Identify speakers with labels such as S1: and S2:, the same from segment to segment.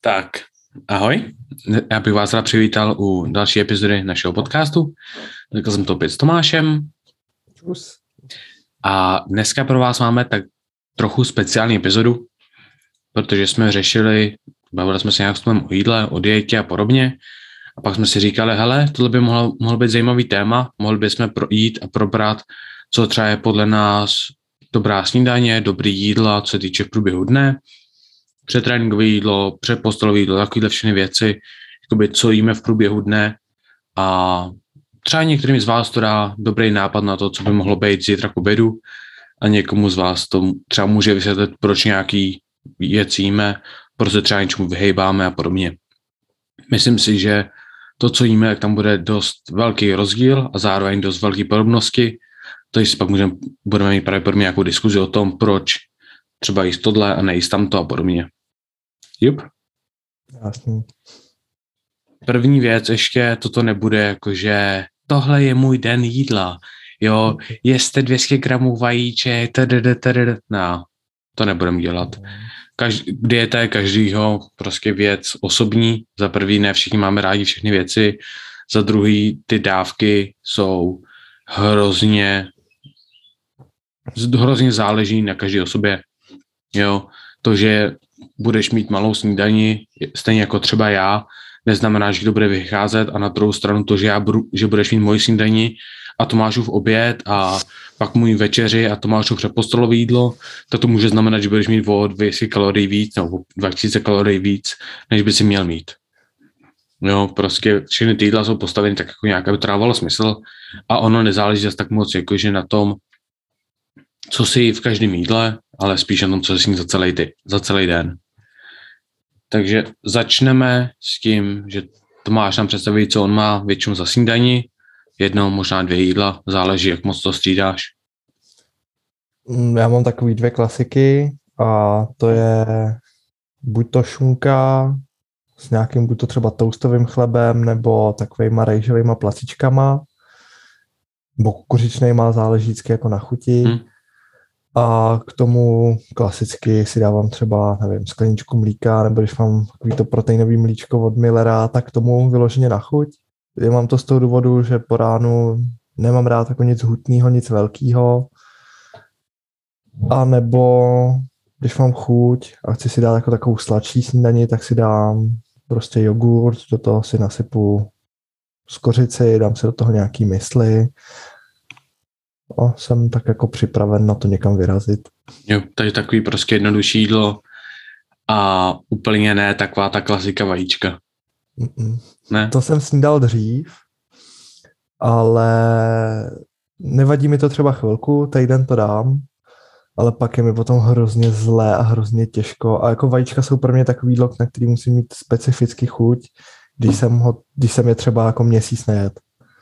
S1: Tak, ahoj. Já bych vás rád přivítal u další epizody našeho podcastu. Řekl jsem to opět s Tomášem.
S2: Čus.
S1: A dneska pro vás máme tak trochu speciální epizodu, protože jsme bavili jsme se nějak o jídle, o dietě a podobně. A pak jsme si říkali, hele, tohle by mohl být zajímavý téma, mohli bychom projít a probrat, co třeba je podle nás dobrá snídaně, dobrý jídla, co se týče v průběhu dne, předtréninkové jídlo, předpostelové jídlo, takovéhle všechny věci, jakoby, co jíme v průběhu dne a třeba některým z vás to dá dobrý nápad na to, co by mohlo být zítra k obědu a někomu z vás to třeba může vysvětlit, proč nějaký věc jíme, proč se třeba něčemu vyhejbáme a podobně. Myslím si, že to, co jíme, tak tam bude dost velký rozdíl a zároveň dost velké podobnosti, takže si pak budeme mít pravděpodobně nějakou diskuzi o tom, proč třeba jíst tohle a nejíst tamto a podobně. Jup.
S2: Jasný.
S1: První věc ještě, toto nebude jakože tohle je můj den jídla, jo, jeste 200 gramů vajíček, no, to nebudeme dělat. Dieta je každýho prostě věc osobní, za prvý ne všichni máme rádi všechny věci, za druhý ty dávky jsou hrozně záleží na každé osobě, jo, to, že budeš mít malou snídani, stejně jako třeba já, neznamená, že to bude vycházet a na druhou stranu to, že budeš mít moji snídani a Tomášův oběd a pak můj večeři a Tomášův předpostelové jídlo, tak to může znamenat, že budeš mít o 200 kalorií víc nebo 2000 kalorií víc, než by si měl mít. Jo, prostě všechny ty jídla jsou postaveny tak jako nějak, aby to dávalo smysl a ono nezáleží zase tak moc jakože na tom, co si v každém jídle, ale spíš na tom, co si za celý den. Takže začneme s tím, že Tomáš nám představí, co on má většinou za snídani, jedno, možná 2 jídla, záleží, jak moc to střídáš.
S2: Já mám takový 2 klasiky a to je buď to šunka s nějakým buď to třeba toastovým chlebem nebo takovejma rejžovýma placičkama nebo kukuřičnejma, záleží vždycky jako na chuti. A k tomu klasicky si dávám třeba, nevím, skleničku mlíka, nebo když mám takový to proteinový mlíčko od Millera, tak k tomu vyloženě na chuť. Já mám to z toho důvodu, že po ránu nemám rád jako nic hutného, nic velkého. A nebo když mám chuť a chci si dát jako takovou sladší snídani, tak si dám prostě jogurt, do toho si nasypu skořici, dám si do toho nějaký mysli. A jsem tak jako připraven na to někam vyrazit.
S1: Jo, takže takový prostě jednodušší jídlo a úplně ne taková ta klasika vajíčka. Ne?
S2: To jsem snídal dřív, ale nevadí mi to třeba chvilku, týden to dám, ale pak je mi potom hrozně zlé a hrozně těžko. A jako vajíčka jsou pro mě takový jídlo, na který musím mít specifický chuť, když jsem je třeba jako měsíc nejet.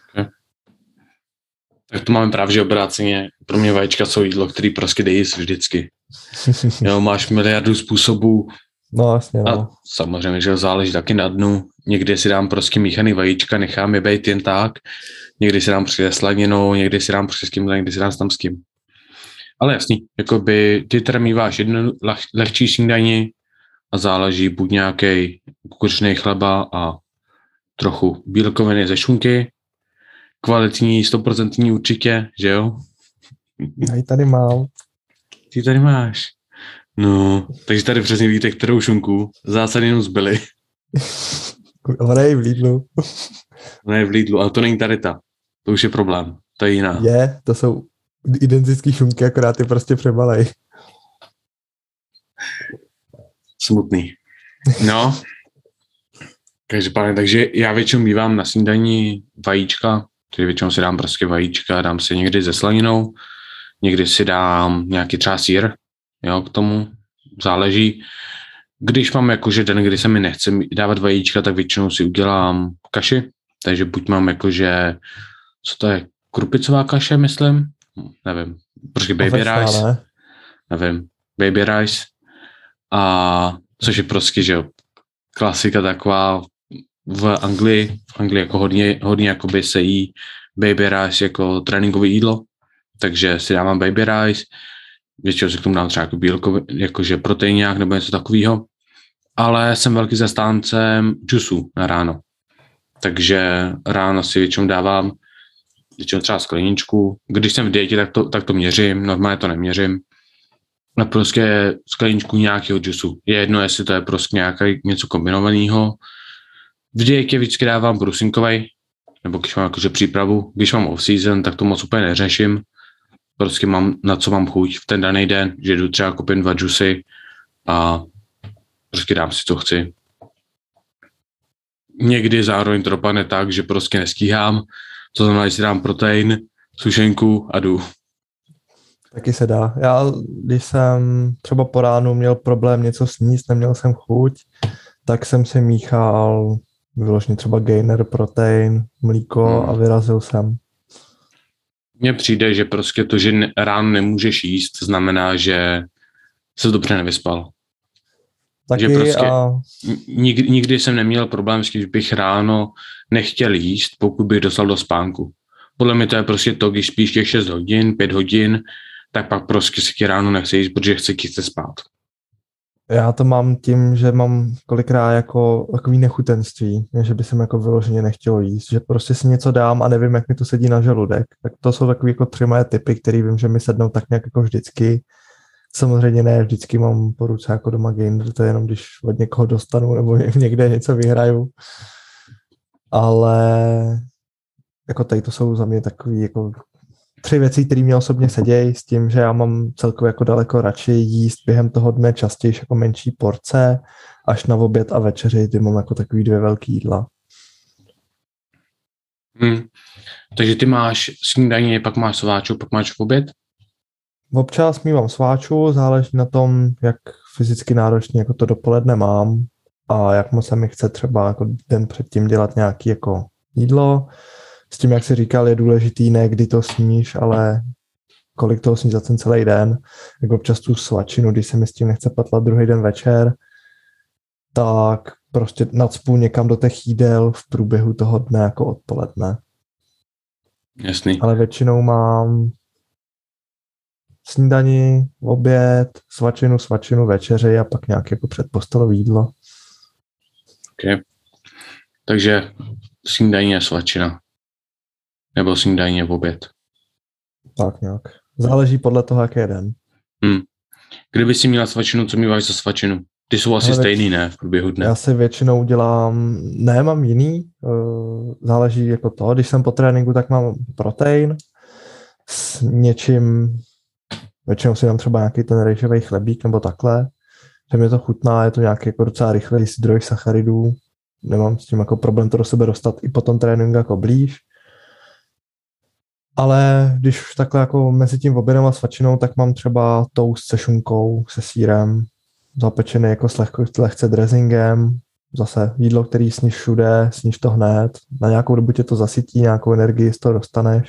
S1: Tak to máme právě obráceně. Pro mě vajíčka jsou jídlo, který prostě dej jíst vždycky. Jo, máš miliardu způsobů.
S2: No jasně, no.
S1: A samozřejmě, že záleží taky na dnu. Někdy si dám prostě míchaný vajíčka, nechám je bejt jen tak. Někdy si dám prostě slaninou, někdy si dám prostě s kým, někdy si dám tam s kým. Ale jasný, jakoby ty teda míváš jednu lehčí snídani a záleží buď nějaký kukuřičný chleba a trochu bílkoviny ze šunky, kvalitní, 100% určitě, že jo?
S2: Já ji tady mám.
S1: Ty tady máš. No, takže tady přesně víte, kterou šunku zásadně jenom zbyly.
S2: Ona je v Lidlu.
S1: Ona je v Lidlu, ale to není tady ta. To už je problém. To je jiná.
S2: To jsou identické šunky, akorát je prostě přebalej.
S1: Smutný. No. Každopádně, takže já většinou mívám na snídani vajíčka, takže většinou si dám prostě vajíčka, dám si někdy se slaninou, někdy si dám nějaký třeba sýr, jo, k tomu, záleží. Když mám jakože den, kdy se mi nechce dávat vajíčka, tak většinou si udělám kaši, takže buď mám jakože, co to je, krupicová kaše, myslím, nevím, prostě baby rice,
S2: ne?
S1: Nevím, baby rice, a což je prostě, že jo, klasika taková v Anglii jako hodně jakoby se jí baby rice jako tréninkové jídlo, takže si dávám baby rice, většinou si k tomu dám třeba jako bílkový, jakože proteinák nebo něco takového ale jsem velký zastáncem džusu na ráno. Takže ráno si většinou dávám třeba skleničku. Když jsem v dietě, tak to měřím, normálně to neměřím. A prostě skleničku nějakého džusu. Je jedno, jestli to je prostě něco kombinovaného. V dietě vždycky dávám brusinkovej, nebo když mám jakože přípravu. Když mám off-season, tak to moc úplně neřeším. Prostě mám, na co mám chuť v ten daný den, že jdu třeba koupím 2 džusy a prostě dám si, co chci. Někdy zároveň to dopadne tak, že prostě nestíhám, to znamená, že si dám protein, sušenku a jdu.
S2: Taky se dá. Já, když jsem třeba po ránu měl problém něco sníst, neměl jsem chuť, tak jsem si míchal vyloženě třeba gainer, protein, mlíko a vyrazil jsem.
S1: Mně přijde, že prostě to, že ráno nemůžeš jíst, znamená, že se dobře nevyspal.
S2: Taky
S1: že prostě
S2: a...
S1: nikdy jsem neměl problém s tím, že bych ráno nechtěl jíst, pokud bych dostal do spánku. Podle mě to je prostě to, když spíš těch 6 hodin, 5 hodin, tak pak prostě si ráno nechce jíst, protože chce spát.
S2: Já to mám tím, že mám kolikrát jako takový nechutenství, že by jsem jako vyloženě nechtěl jíst, že prostě si něco dám a nevím, jak mi to sedí na žaludek. Tak to jsou takový jako 3 moje typy, které vím, že mi sednou tak nějak jako vždycky. Samozřejmě ne, vždycky mám po ruce jako doma gainer, to je jenom když od někoho dostanu nebo někde něco vyhraju. Ale jako tady to jsou za mě takový jako 3 věci, které mě osobně sedějí s tím, že já mám celkově jako daleko radši jíst během toho dne častěji jako menší porce, až na oběd a večeři, kdy mám jako takový 2 velký jídla.
S1: Takže ty máš snídaně, pak máš sváču, pak máš oběd?
S2: Občas mívám sváču, záleží na tom, jak fyzicky náročně jako to dopoledne mám a jak moc se mi chce třeba jako den předtím dělat nějaký jako jídlo. S tím, jak jsi říkal, je důležitý ne kdy to sníš, ale kolik toho sníš za ten celý den. Jak občas tu svačinu, když se mi s tím nechce patlat druhý den večer, tak prostě nacpu někam do těch jídel v průběhu toho dne jako odpoledne.
S1: Jasný.
S2: Ale většinou mám snídani, oběd, svačinu, večeři a pak nějaké jako předpostelový jídlo.
S1: Okay. Takže snídaní je svačina. Nebo snídaní je oběd.
S2: Tak nějak. Záleží podle toho, jaký je den.
S1: Kdyby si měla svačinu, co míváš za svačinu? Ty jsou asi stejný, ne? V průběhu dne.
S2: Já si většinou dělám, ne, mám jiný. Záleží jako to. Když jsem po tréninku, tak mám protein s něčím. Většinou si dám třeba nějaký ten rejžový chlebík nebo takhle. Že mi to chutná, je to nějaký jako docela rychlý zdroj sacharidů. Nemám s tím jako problém to do sebe dostat i po tom tréninku jako blíž. Ale když už takhle jako mezi tím obědem a svačinou, tak mám třeba toast se šunkou, se sýrem, zapečený jako s lehce dressingem. Zase jídlo, který sníš všude, sníš to hned. Na nějakou dobu tě to zasytí, nějakou energii z toho dostaneš.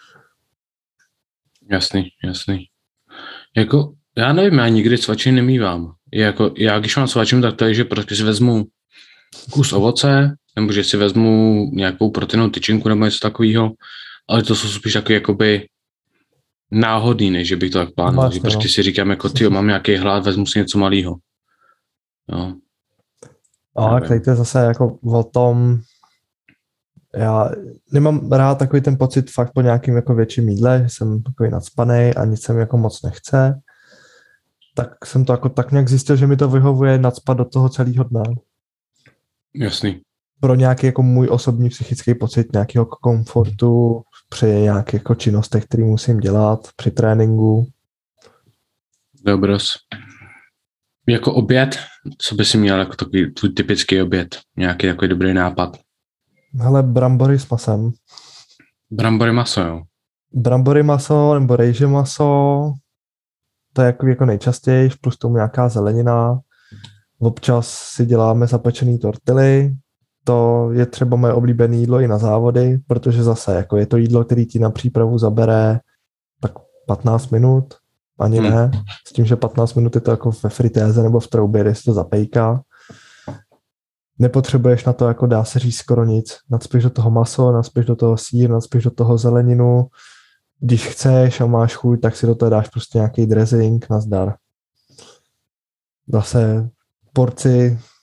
S1: Jasný. Jako, já nevím, já nikdy svačiny nemývám. Jako, já když mám svačinu, tak to je, že prostě si vezmu kus ovoce, nebo že si vezmu nějakou proteinovou tyčinku nebo něco takového, ale to jsou spíš takový jakoby náhodný, než že bych to tak plánoval. Že prostě si říkám, jako tyjo, mám nějaký hlad, vezmu si něco malého. Jo.
S2: A tady to je zase jako o tom, já nemám rád takový ten pocit fakt po nějakým jako větším jídle, že jsem takový nacpanej a nic se mi jako moc nechce. Tak jsem to jako tak nějak zjistil, že mi to vyhovuje nacpat do toho celého dne.
S1: Jasný.
S2: Pro nějaký jako můj osobní psychický pocit nějakého komfortu při nějakých jako činnostech, které musím dělat při tréninku.
S1: Dobros. Jako oběd, co by si měl jako takový tvůj typický oběd? Nějaký takový dobrý nápad?
S2: Hele, brambory s masem.
S1: Brambory maso, jo?
S2: Brambory maso nebo rejže maso, to je jako nejčastěji, plus tomu nějaká zelenina. Občas si děláme zapečený tortily, to je třeba moje oblíbené jídlo i na závody, protože zase jako je to jídlo, který ti na přípravu zabere tak 15 minut, ani ne, s tím, že 15 minut je to jako ve fritéze nebo v troubě, kde se to zapejká. Nepotřebuješ na to, jako dá se říct, skoro nic. Nacpěš do toho maso, nacpěš do toho sýr, nacpěš do toho zeleninu. Když chceš a máš chuť, tak si do toho dáš prostě nějaký dressing, nazdar. Zase porci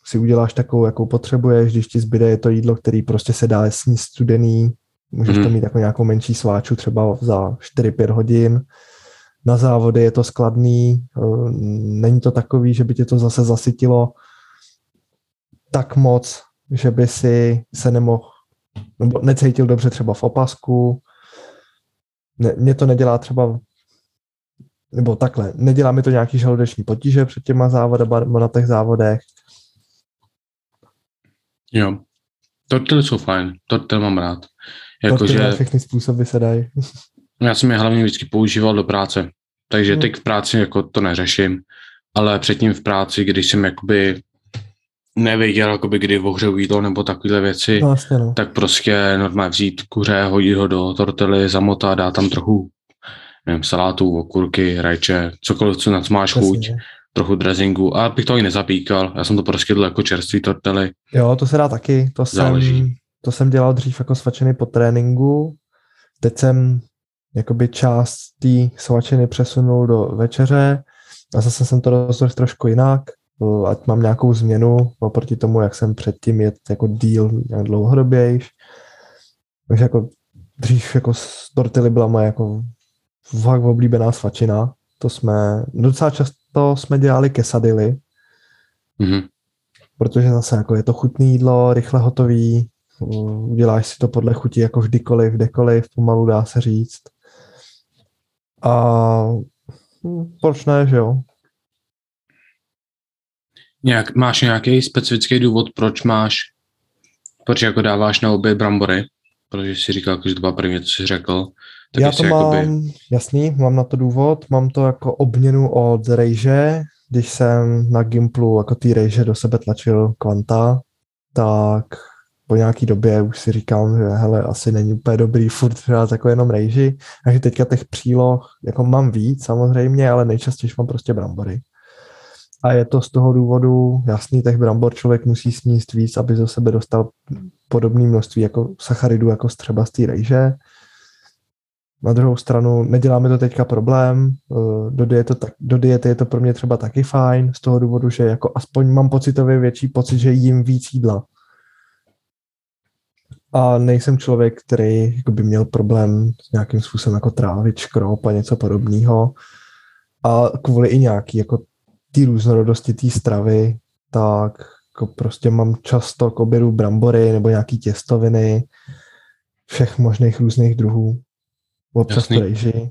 S2: si uděláš takovou, jakou potřebuješ, když ti zbyde je to jídlo, který prostě se dá sníst studený, můžeš to mít jako nějakou menší sváču třeba za 4-5 hodin. Na závody je to skladný, není to takový, že by tě to zase zasytilo tak moc, že by si se nemohl, nebo necítil dobře třeba v opasku. Mě to nedělá třeba, nebo takhle, nedělá mi to nějaký žaludeční potíže před těma závodama na těch závodech.
S1: Jo, tortily jsou fajn, tortily mám rád.
S2: Tortily na všechny způsoby se dají.
S1: Já jsem je hlavně vždycky používal do práce, takže teď v práci jako to neřeším, ale předtím v práci, když jsem jakoby nevěděl, jakoby, kdy ohřeju jídlo nebo takovéhle věci, tak prostě normálně vzít kuře, hodit ho do tortily, zamotat, dát tam trochu nevím, salátu, okurky, rajče, cokoliv, co na co máš chuť, trochu dressingu, a bych to i nezapíkal, já jsem to prostě dal jako čerstvý tortily.
S2: Jo, to se dá taky, to jsem dělal dřív jako svačiny po tréninku, teď jsem jakoby část té svačiny přesunul do večeře a zase jsem to rozhodl trošku jinak, ať mám nějakou změnu oproti tomu, jak jsem předtím jet jako díl nějak dlouhodobějš. Takže jako dřív jako tortily byla moje jako fakt oblíbená svačina. To jsme, docela často jsme dělali quesadily, protože zase jako je to chutné jídlo, rychle hotový, uděláš si to podle chuti jako vždykoliv, kdekoliv, pomalu dá se říct. A proč ne, že jo?
S1: Máš nějaký specifický důvod, proč jako dáváš na oběd brambory? Protože jsi říkal, že to byla první, co jsi řekl. Tak
S2: já to mám, jasný, mám na to důvod, mám to jako obměnu od rejže, když jsem na Gimplu jako ty rejže do sebe tlačil kvanta, tak po nějaký době už si říkám, že hele, asi není úplně dobrý furt dát jako jenom rejži, takže teďka těch příloh jako mám víc samozřejmě, ale nejčastěji mám prostě brambory. A je to z toho důvodu, jasný, těch brambor člověk musí sníst víc, aby do sebe dostal podobné množství jako sacharidů, jako třeba z té rejže. Na druhou stranu nedělá mi to teďka problém, do diety je to pro mě třeba taky fajn, z toho důvodu, že jako aspoň mám pocitově větší pocit, že jím víc jídla. A nejsem člověk, který by měl problém s nějakým způsobem jako trávit škrob a něco podobného. A kvůli i nějaký jako ty různorodosti té stravy, tak jako prostě mám často k obědu brambory nebo nějaký těstoviny, všech možných různých druhů. Občas rejži.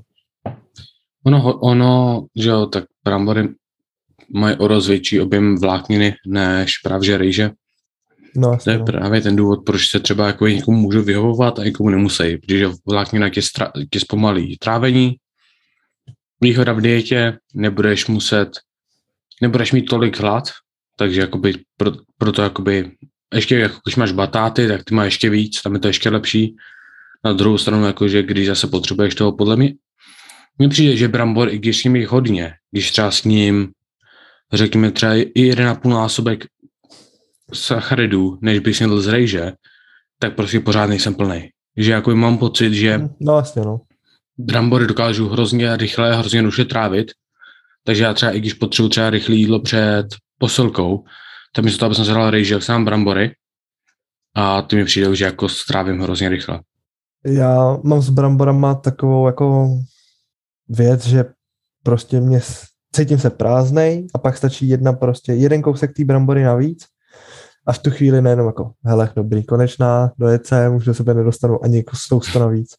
S1: Ono, že jo, tak brambory mají o dost větší objem vlákniny než právě rejže.
S2: No,
S1: to je právě ten důvod, proč se třeba jako někomu můžu vyhovovat a někomu nemusí, protože vláknina tě zpomalí trávení. Výhoda v dietě, nebudeš mít tolik hlad, takže jakoby proto jakoby ještě jako když máš batáty, tak ty máš ještě víc, tam je to ještě lepší. Na druhou stranu, jakože když zase potřebuješ toho, podle mě, mně přijde, že brambor, i když s ním jich hodně, když třeba s ním, řekněme třeba i 1,5 násobek sacharidů, než bych snědl z rejže, tak prostě pořád nejsem plnej. Že jako mám pocit, že brambory dokážu hrozně rychle, hrozně jednoduše trávit, takže já třeba i když potřebuji třeba rychlé jídlo před posilkou, tak místo toho, aby jsem se dal rejže, jak jsem brambory a ty mi přijde, že jako strávím hrozně rychle.
S2: Já mám s bramborama takovou jako věc, že prostě cítím se prázdnej a pak stačí jeden kousek té brambory navíc a v tu chvíli nejenom jako, hele, dobrý, konečná, dojet jsem, už do sebe nedostanu ani jako sousto navíc.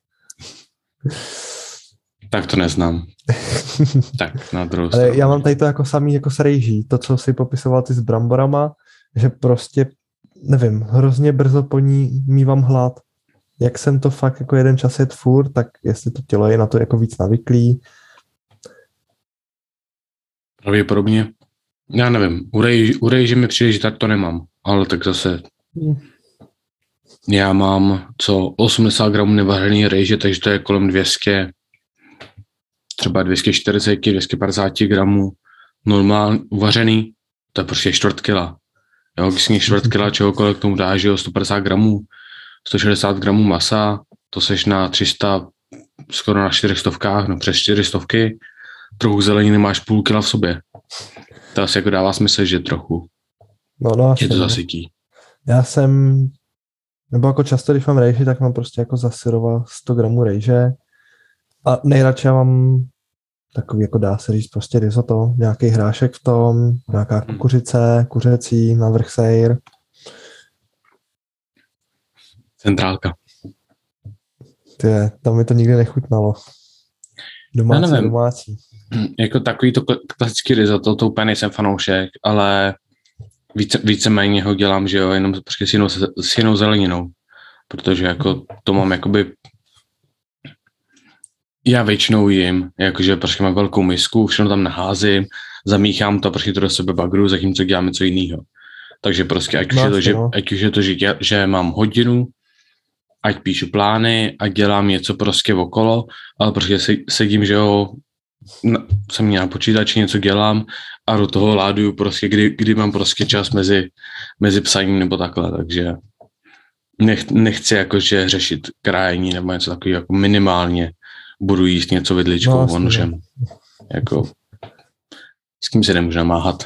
S1: Tak to neznám. Tak na druhou
S2: stranu. Ale já mám tady to jako samý jako s rejží, to, co si popisoval ty s bramborama, že prostě, nevím, hrozně brzo po ní mívám hlad. Jak jsem to fakt jako jeden čas jet furt, tak jestli to tělo je na to jako víc navyklý.
S1: Pravděpodobně. Já nevím, u rejži mi přijde, že tak to nemám, ale tak zase já mám 80 gramů nevařený rejže, takže to je kolem 200, třeba 240, 250 gramů normálně uvařený, to je prostě 1/4 kila. Jo, když si 1/4 kila čehokoliv k tomu dáš, že jo, 150 gramů, 160 gramů masa, to seš na 300, skoro na 400, no přes 400, trochu zeleniny máš půl kila v sobě. To asi jako dává smysl, že trochu.
S2: No,
S1: Tě to zasytí.
S2: Já jsem, nebo jako často, když mám rejži, tak mám prostě jako zasyroval 100 gramů rejže a nejradši já mám takový, jako dá se říct, prostě risotto, nějaký hrášek v tom, nějaká kukuřice, kuřecí, navrch sejr.
S1: Centrálka.
S2: Tam mi to nikdy nechutnalo. Domácí.
S1: Jako takový to klasický risotto, to úplně nejsem fanoušek, ale víceméně ho dělám, že jo, jenom prostě s jinou zeleninou, protože jako to mám jakoby, já většinou jim, jakože prostě mám velkou misku, všechno tam naházím, zamíchám to, prostě to do sebe bagru, zatímco dělám něco jiného. Takže prostě, ať už je to, že mám hodinu, ať píšu plány, ať dělám něco prostě okolo, ale prostě sedím, že jo, jsem měl počítač, něco dělám a do toho láduju prostě, kdy mám prostě čas mezi psaním nebo takhle, takže nechci jakože řešit krájení nebo něco takového, jako minimálně budu jíst něco vidličkou, nožem. Jako, s kým se nemůžu namáhat.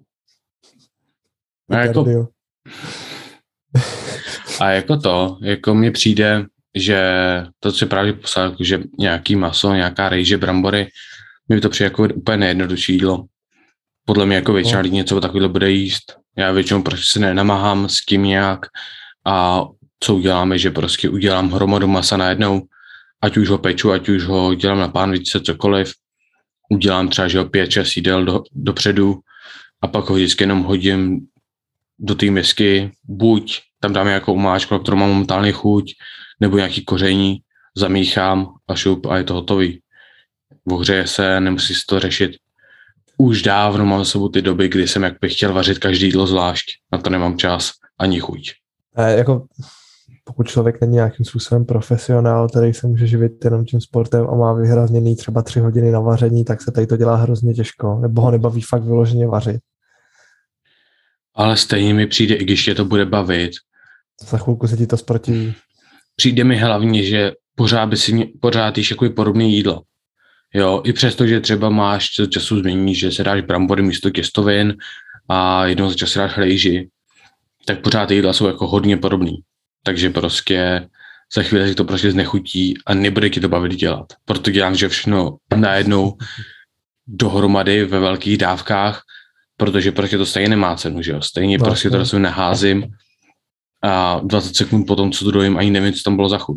S1: A jako mně přijde, že to, co je právě poslal, že nějaký maso, nějaká rejže, brambory, mi to přijde jako úplně nejjednodušší jídlo. Podle mě jako většina lidí něco takového bude jíst. Já většinou prostě se nenamáhám s tím nějak a co uděláme, že prostě udělám hromadu masa najednou, ať už ho peču, ať už ho dělám na pánvičce, cokoliv. Udělám třeba, že ho 5-6 jídel dopředu a pak ho vždycky jenom hodím do té misky, buď tam dám nějakou omáčku, kterou mám momentálně chuť, nebo nějaký koření, zamíchám a šup a je to hotový. Ohřeje se, nemusí si to řešit. Už dávno mám za sebou ty doby, kdy jsem jak bych chtěl vařit každý jídlo zvlášť. Na to nemám čas ani chuť.
S2: Jako, pokud člověk není nějakým způsobem profesionál, který se může živit jenom tím sportem a má vyhrazněný třeba 3 hodiny na vaření, tak se tady to dělá hrozně těžko. Nebo ho nebaví fakt vyloženě vařit.
S1: Ale stejně mi přijde, i když tě to bude bavit.
S2: Za chvilku se ti to zprotiví.
S1: Přijde mi hlavně, že pořád jíš jako podobný jídlo. Jo, i přesto, že třeba máš času změní, že se dáš brambory místo těstovin a jednou za čas dáš rejži, tak pořád ty jídla jsou jako hodně podobný. Takže prostě za chvíli si to prostě znechutí a nebude ti to bavit dělat. Proto dělám, že všechno najednou dohromady ve velkých dávkách, protože prostě to stejně nemá cenu, že jo. Stejně prostě to se naházím a 20 sekund potom, co to dojím, ani nevím, co tam bylo za chuť.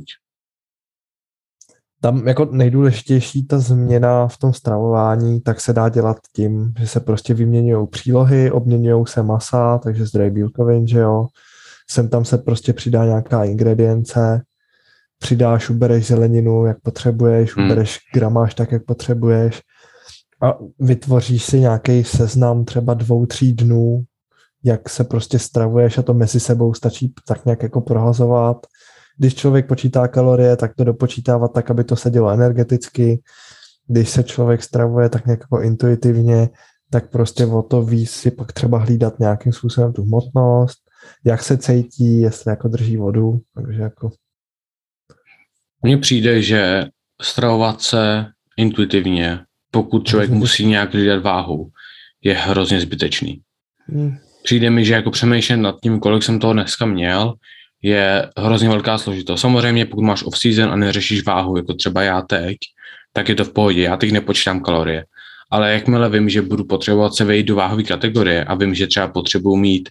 S2: Tam jako nejdůležitější ta změna v tom stravování, tak se dá dělat tím, že se prostě vyměňují přílohy, obměňují se masa, takže zdroj bílkovin, že jo. Sem tam se prostě přidá nějaká ingredience, přidáš, ubereš zeleninu, jak potřebuješ, ubereš gramáž tak, jak potřebuješ a vytvoříš si nějaký seznam třeba 2-3 dnů, jak se prostě stravuješ a to mezi sebou stačí tak nějak jako prohazovat. Když člověk počítá kalorie, tak to dopočítávat tak, aby to sedělo energeticky. Když se člověk stravuje tak nějak jako intuitivně, tak prostě o to víc si pak třeba hlídat nějakým způsobem tu hmotnost, jak se cítí, jestli jako drží vodu. Takže jako...
S1: Mně přijde, že stravovat se intuitivně, pokud člověk musí nějak hlídat váhu, je hrozně zbytečný. Přijde mi, že jako přemýšlet nad tím, kolik jsem toho dneska měl, je hrozně velká složitost. Samozřejmě, pokud máš off-season a neřešíš váhu, jako třeba já teď, tak je to v pohodě. Já teď nepočítám kalorie. Ale jakmile vím, že budu potřebovat se vejít do váhové kategorie a vím, že třeba potřebuji mít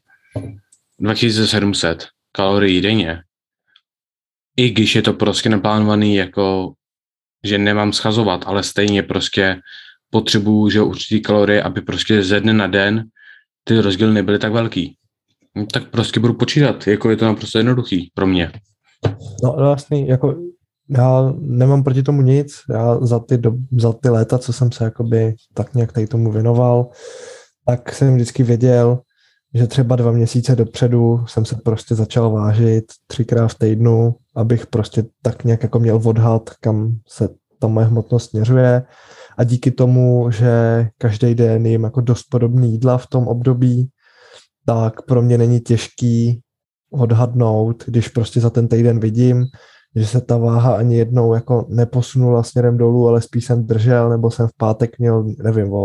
S1: 2700 kalorií denně, i když je to prostě naplánovaný, jako, že nemám schazovat, ale stejně prostě potřebuju, že určitý kalorie, aby prostě ze dne na den ty rozdíly nebyly tak velký. Tak prostě budu počítat, jako je to naprosto jednoduchý pro mě.
S2: No vlastně, jako já nemám proti tomu nic, já za ty léta, co jsem se jakoby tak nějak tady tomu věnoval, tak jsem vždycky věděl, že třeba 2 měsíce dopředu jsem se prostě začal vážit 3krát v týdnu, abych prostě tak nějak jako měl odhad, kam se ta moje hmotnost směřuje a díky tomu, že každý den jim jako dost podobný jídla v tom období, tak pro mě není těžký odhadnout, když prostě za ten týden vidím, že se ta váha ani jednou jako neposunula směrem dolů, ale spíš jsem držel, nebo jsem v pátek měl, nevím, o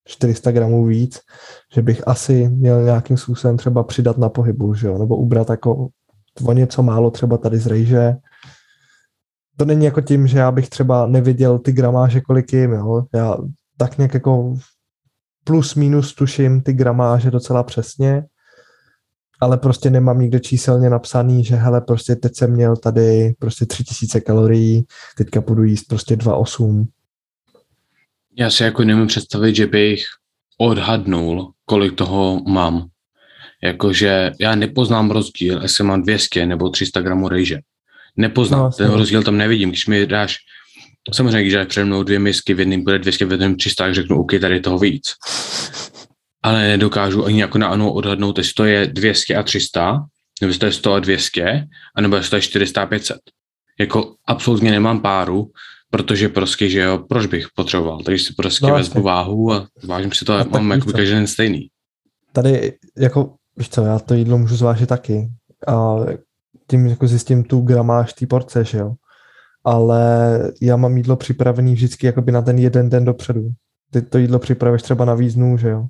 S2: 400 gramů víc, že bych asi měl nějakým způsobem třeba přidat na pohybu, že jo? Nebo ubrat jako o něco málo třeba tady z rejže. To není jako tím, že já bych třeba neviděl ty gramáže, kolik jim, jo? Já tak nějak jako plus minus tuším ty gramáže docela přesně, ale prostě nemám nikde číselně napsaný, že hele, prostě teď jsem měl tady prostě 3000 kalorií, teďka půjdu jíst prostě 2,8.
S1: Já si jako nemůžu představit, že bych odhadnul, kolik toho mám. Jakože já nepoznám rozdíl, jestli mám 200 nebo 300 gramů rejže. Nepoznám,
S2: No,
S1: ten rozdíl tam nevidím. Když mi dáš, samozřejmě, když dáš přede mnou 2 misky, v jedním bude 200, v jedním 300, tak řeknu, OK, tady je toho víc. Ale nedokážu ani jako na ano odhadnout, jestli to je 200 a 300, nebo jestli to je 100 a 200, anebo jestli to je 400 a 500. Jako absolutně nemám páru, protože prostě, že jo, proč bych potřeboval? Takže si prostě vezmu váhu a vážím si to a mám jako každý den stejný.
S2: Tady, jako, víš co, já to jídlo můžu zvážit taky. A tím jako zjistím tu gramáž té porce, že jo. Ale já mám jídlo připravený vždycky jakoby na ten jeden den dopředu. Ty to jídlo připravíš třeba na víc dnů, že jo.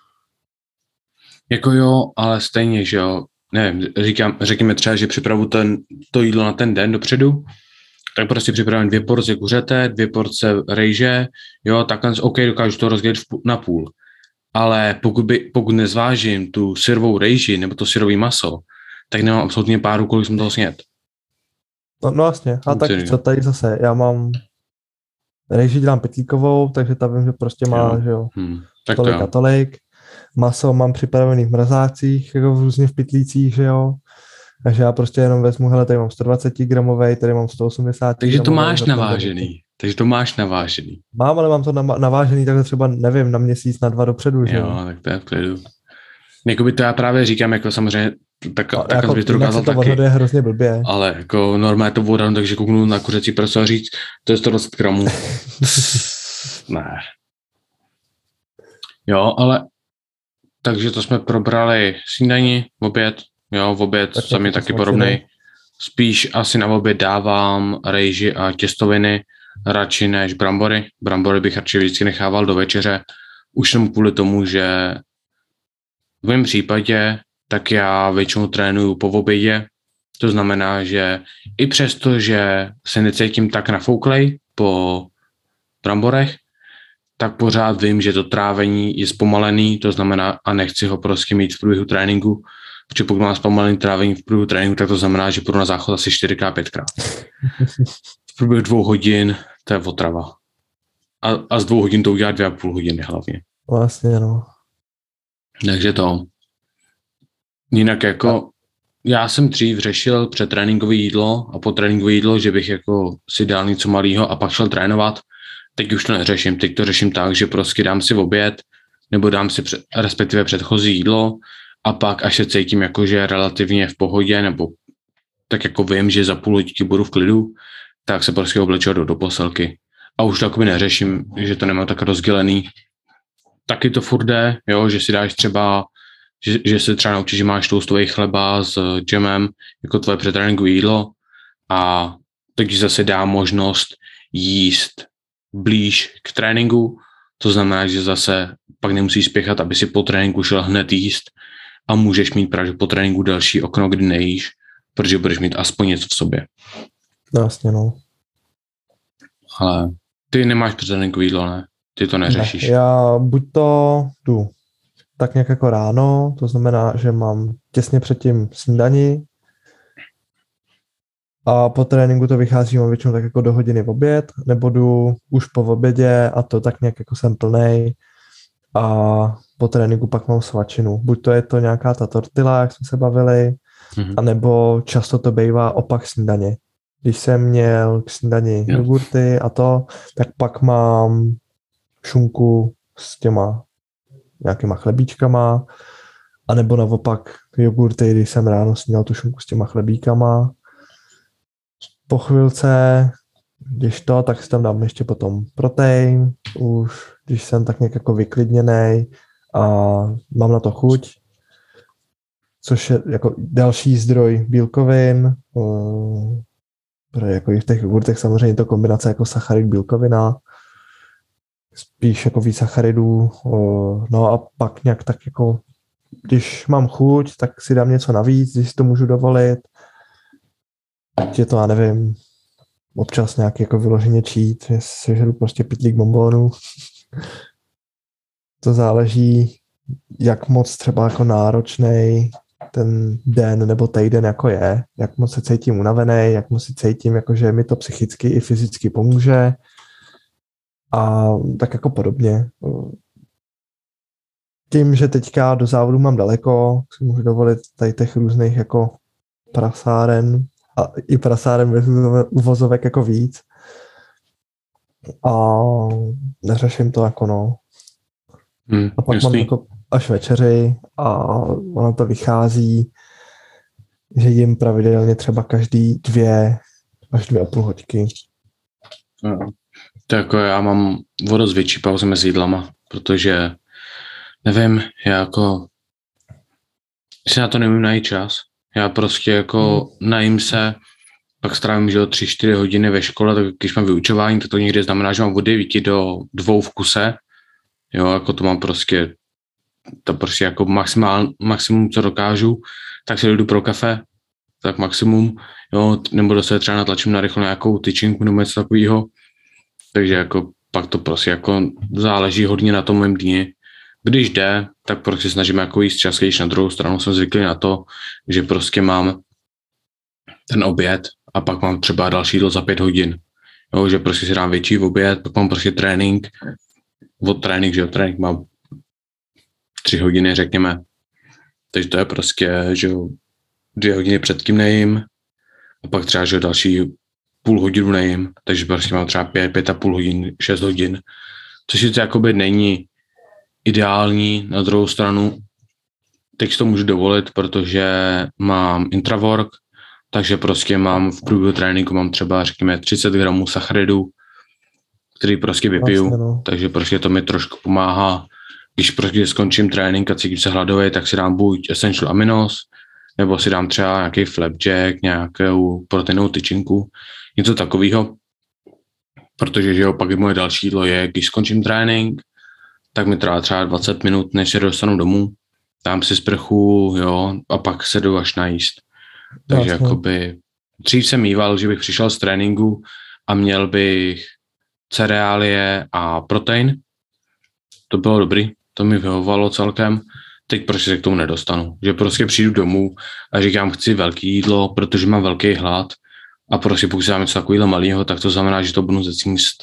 S1: Jako jo, ale stejně, že jo, nevím, řekněme třeba, že připravu to jídlo na ten den dopředu, tak prostě připravím 2 porce kuřete, 2 porce rejže, jo, takhle, OK, dokážu to rozdělit na půl. Ale pokud nezvážím tu syrovou rejži nebo to syrový maso, tak nemám absolutně páru, kolik jsem toho snět.
S2: No vlastně, a tak co tady zase, já mám rejži dělám pytlíkovou, takže ta vím, že prostě má, že jo,
S1: tak
S2: tolik a tolik. Maso mám připravený v mrazácích, jako různě v pytlících, že jo. Takže já prostě jenom vezmu, hele, tady mám 120 gramovej, tady mám 180
S1: Takže to máš navážený.
S2: Mám, ale mám to navážený takhle třeba, nevím, na měsíc, na 2 dopředu, že
S1: jo. Tak to je v klidu. Jakoby to já právě říkám, jako samozřejmě, tak
S2: jako
S1: bys to dokázal taky.
S2: To je hrozně blbě.
S1: Ale jako normálně to odhadnu, takže kouknu na kuřecí prso a říct, to je 120 gramů. Ne. Jo, ale takže to jsme probrali snídani, oběd, jo, oběd sami taky podobnej. Spíš asi na oběd dávám rejži a těstoviny radši než brambory. Brambory bych radši vždycky nechával do večeře. Už jsem kvůli tomu, že v mém případě tak já většinou trénuju po obědě. To znamená, že i přesto, že se necítím tak nafouklej po bramborech, tak pořád vím, že to trávení je zpomalený, to znamená a nechci ho prostě mít v průběhu tréninku, protože pokud mám zpomalený trávení v průběhu tréninku, tak to znamená, že půjdu na záchod asi 4x, 5x. V průběhu 2 hodin to je otrava. A z 2 hodin to udělá 2,5 hodiny hlavně.
S2: Vlastně, no.
S1: Takže to. Jinak jako já jsem dřív řešil předtréninkové jídlo a potréninkové jídlo, že bych jako si dal něco malého a pak šel trénovat. Teď už to neřeším, teď to řeším tak, že prostě dám si oběd, nebo dám si respektive předchozí jídlo a pak až se cítím jako, že relativně v pohodě, nebo tak jako vím, že za půl hodičky budu v klidu, tak se prostě obleču do posilky. A už to jakoby neřeším, že to nemám tak rozdělený. Taky to furt jde, jo, že si dáš třeba, že se třeba naučíš, že máš toastový chleba s džemem jako tvoje předtréninkové jídlo a teď zase dá možnost jíst blíž k tréninku, to znamená, že zase pak nemusíš spěchat, aby si po tréninku šel hned jíst a můžeš mít právě po tréninku další okno, kdy nejíš, protože budeš mít aspoň něco v sobě.
S2: Jasně, no.
S1: Ale ty nemáš předtréninkové jídlo, ne? Ty to neřešíš.
S2: Ne, já buď to jdu tak nějak jako ráno, to znamená, že mám těsně předtím snídani a po tréninku to vychází mám většinou tak jako do hodiny v oběd, nebo jdu už po obědě a to tak nějak jako jsem plnej a po tréninku pak mám svačinu. Buď to je to nějaká ta tortilla, jak jsme se bavili, anebo často to bývá opak snídaně. Když jsem měl k snídani jogurty a to, tak pak mám šunku s těma nějakýma chlebíčkama, anebo naopak jogurty, když jsem ráno snídal tu šunku s těma chlebíkama. Po chvilce, když to, tak si tam dám ještě potom protein, už když jsem tak nějak jako vyklidněnej a mám na to chuť, což je jako další zdroj bílkovin, protože jako i v těch jogurtech samozřejmě to kombinace jako sacharid bílkovina, spíš jako víc sacharidů, no a pak nějak tak jako, když mám chuť, tak si dám něco navíc, když si to můžu dovolit. Je to, já nevím, občas nějaký jako vyloženě cheat, že sežeru prostě pytlík bonbonů. To záleží, jak moc třeba jako náročnej ten den nebo týden jako je, jak moc se cítím unavený, jak moc se cítím, jako že mi to psychicky i fyzicky pomůže a tak jako podobně. Tím, že teďka do závodu mám daleko, si můžu dovolit tady těch různých jako prasáren a i prasáren bez uvozovek jako víc a neřeším to jako no. A pak mám jako až večeři a ono to vychází, že jim pravidelně třeba každý 2 až 2,5 hodiny.
S1: To jako já mám o dost větší pauzy mezi jídlama, protože nevím, já jako si na to neumím najít čas. Já prostě jako najím se, pak strávím, že 3-4 hodiny ve škole, tak když mám vyučování, tak to někdy znamená, že mám od 9 do 2 v kuse. Jo, jako to mám prostě, to prostě jako maximum, co dokážu, tak si jdu pro kafe, tak maximum, jo, nebo dostat třeba natlačím na rychlo nějakou tyčinku nebo něco takového, takže jako pak to prostě jako záleží hodně na tom mém dni. Když jde, tak prostě snažím jako jíst čas, když na druhou stranu jsem zvyklý na to, že prostě mám ten oběd a pak mám třeba další jídlo za 5 hodin. Jo, že prostě si dám větší oběd, pak mám prostě trénink, trénink mám 3 hodiny, řekněme. Takže to je prostě, že 2 hodiny před tím nejím a pak třeba, že další půl hodinu nejím, takže prostě mám třeba 5,5 hodin, 6 hodin, což sice jakoby není ideální, na druhou stranu teď to můžu dovolit, protože mám intrawork, takže prostě mám v průběhu tréninku mám třeba, řekněme, 30 gramů sacharidů, který prostě vypiju, takže prostě to mi trošku pomáhá. Když prostě skončím trénink a cítím se hladový, tak si dám buď Essential Aminos, nebo si dám třeba nějaký flapjack, nějakou proteinovou tyčinku, něco takového. Protože že jo, pak moje další jídlo je, když skončím trénink, tak mi trvá třeba 20 minut, než se dostanu domů, dám si sprchu, jo, a pak se jdu až najíst. Takže jakoby, dřív jsem mýval, že bych přišel z tréninku a měl bych cereálie a protein. To bylo dobrý, to mi vyhovovalo celkem. Teď prostě se k tomu nedostanu. Že prostě přijdu domů a říkám, chci velký jídlo, protože mám velký hlad a prostě pokud si dám něco takového malého, tak to znamená, že to budu jíst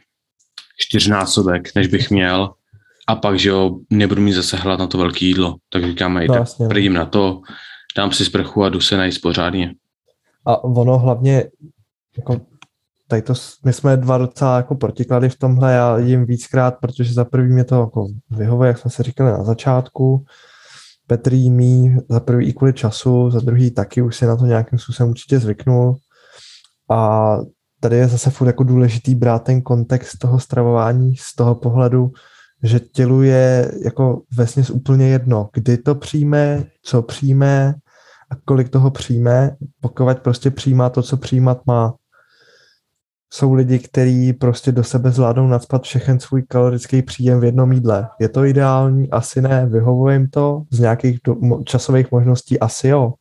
S1: 4násobek, než bych měl. A pak, že jo, nebudu mít zase hlad na to velké jídlo. Tak říkám, tak prdím na to, dám si sprchu a jdu se najíst pořádně.
S2: A ono hlavně, jako tady to, my jsme 2 docela jako protiklady v tomhle, já jim víckrát, protože za prvý mě to jako vyhovuje, jak jsme se říkali na začátku, Petr jí za prvý i kvůli času, za druhý taky už si na to nějakým způsobem určitě zvyknul a tady je zase furt jako důležitý brát ten kontext toho stravování z toho pohledu, že tělu je jako vesměs úplně jedno, kdy to přijme, co přijme a kolik toho přijme, pokud prostě přijímá to, co přijímat má. Jsou lidi, kteří prostě do sebe zvládnou nacpat všechen svůj kalorický příjem v jednom jídle. Je to ideální? Asi ne. Vyhovuje jim to? Z nějakých časových možností? Asi jo.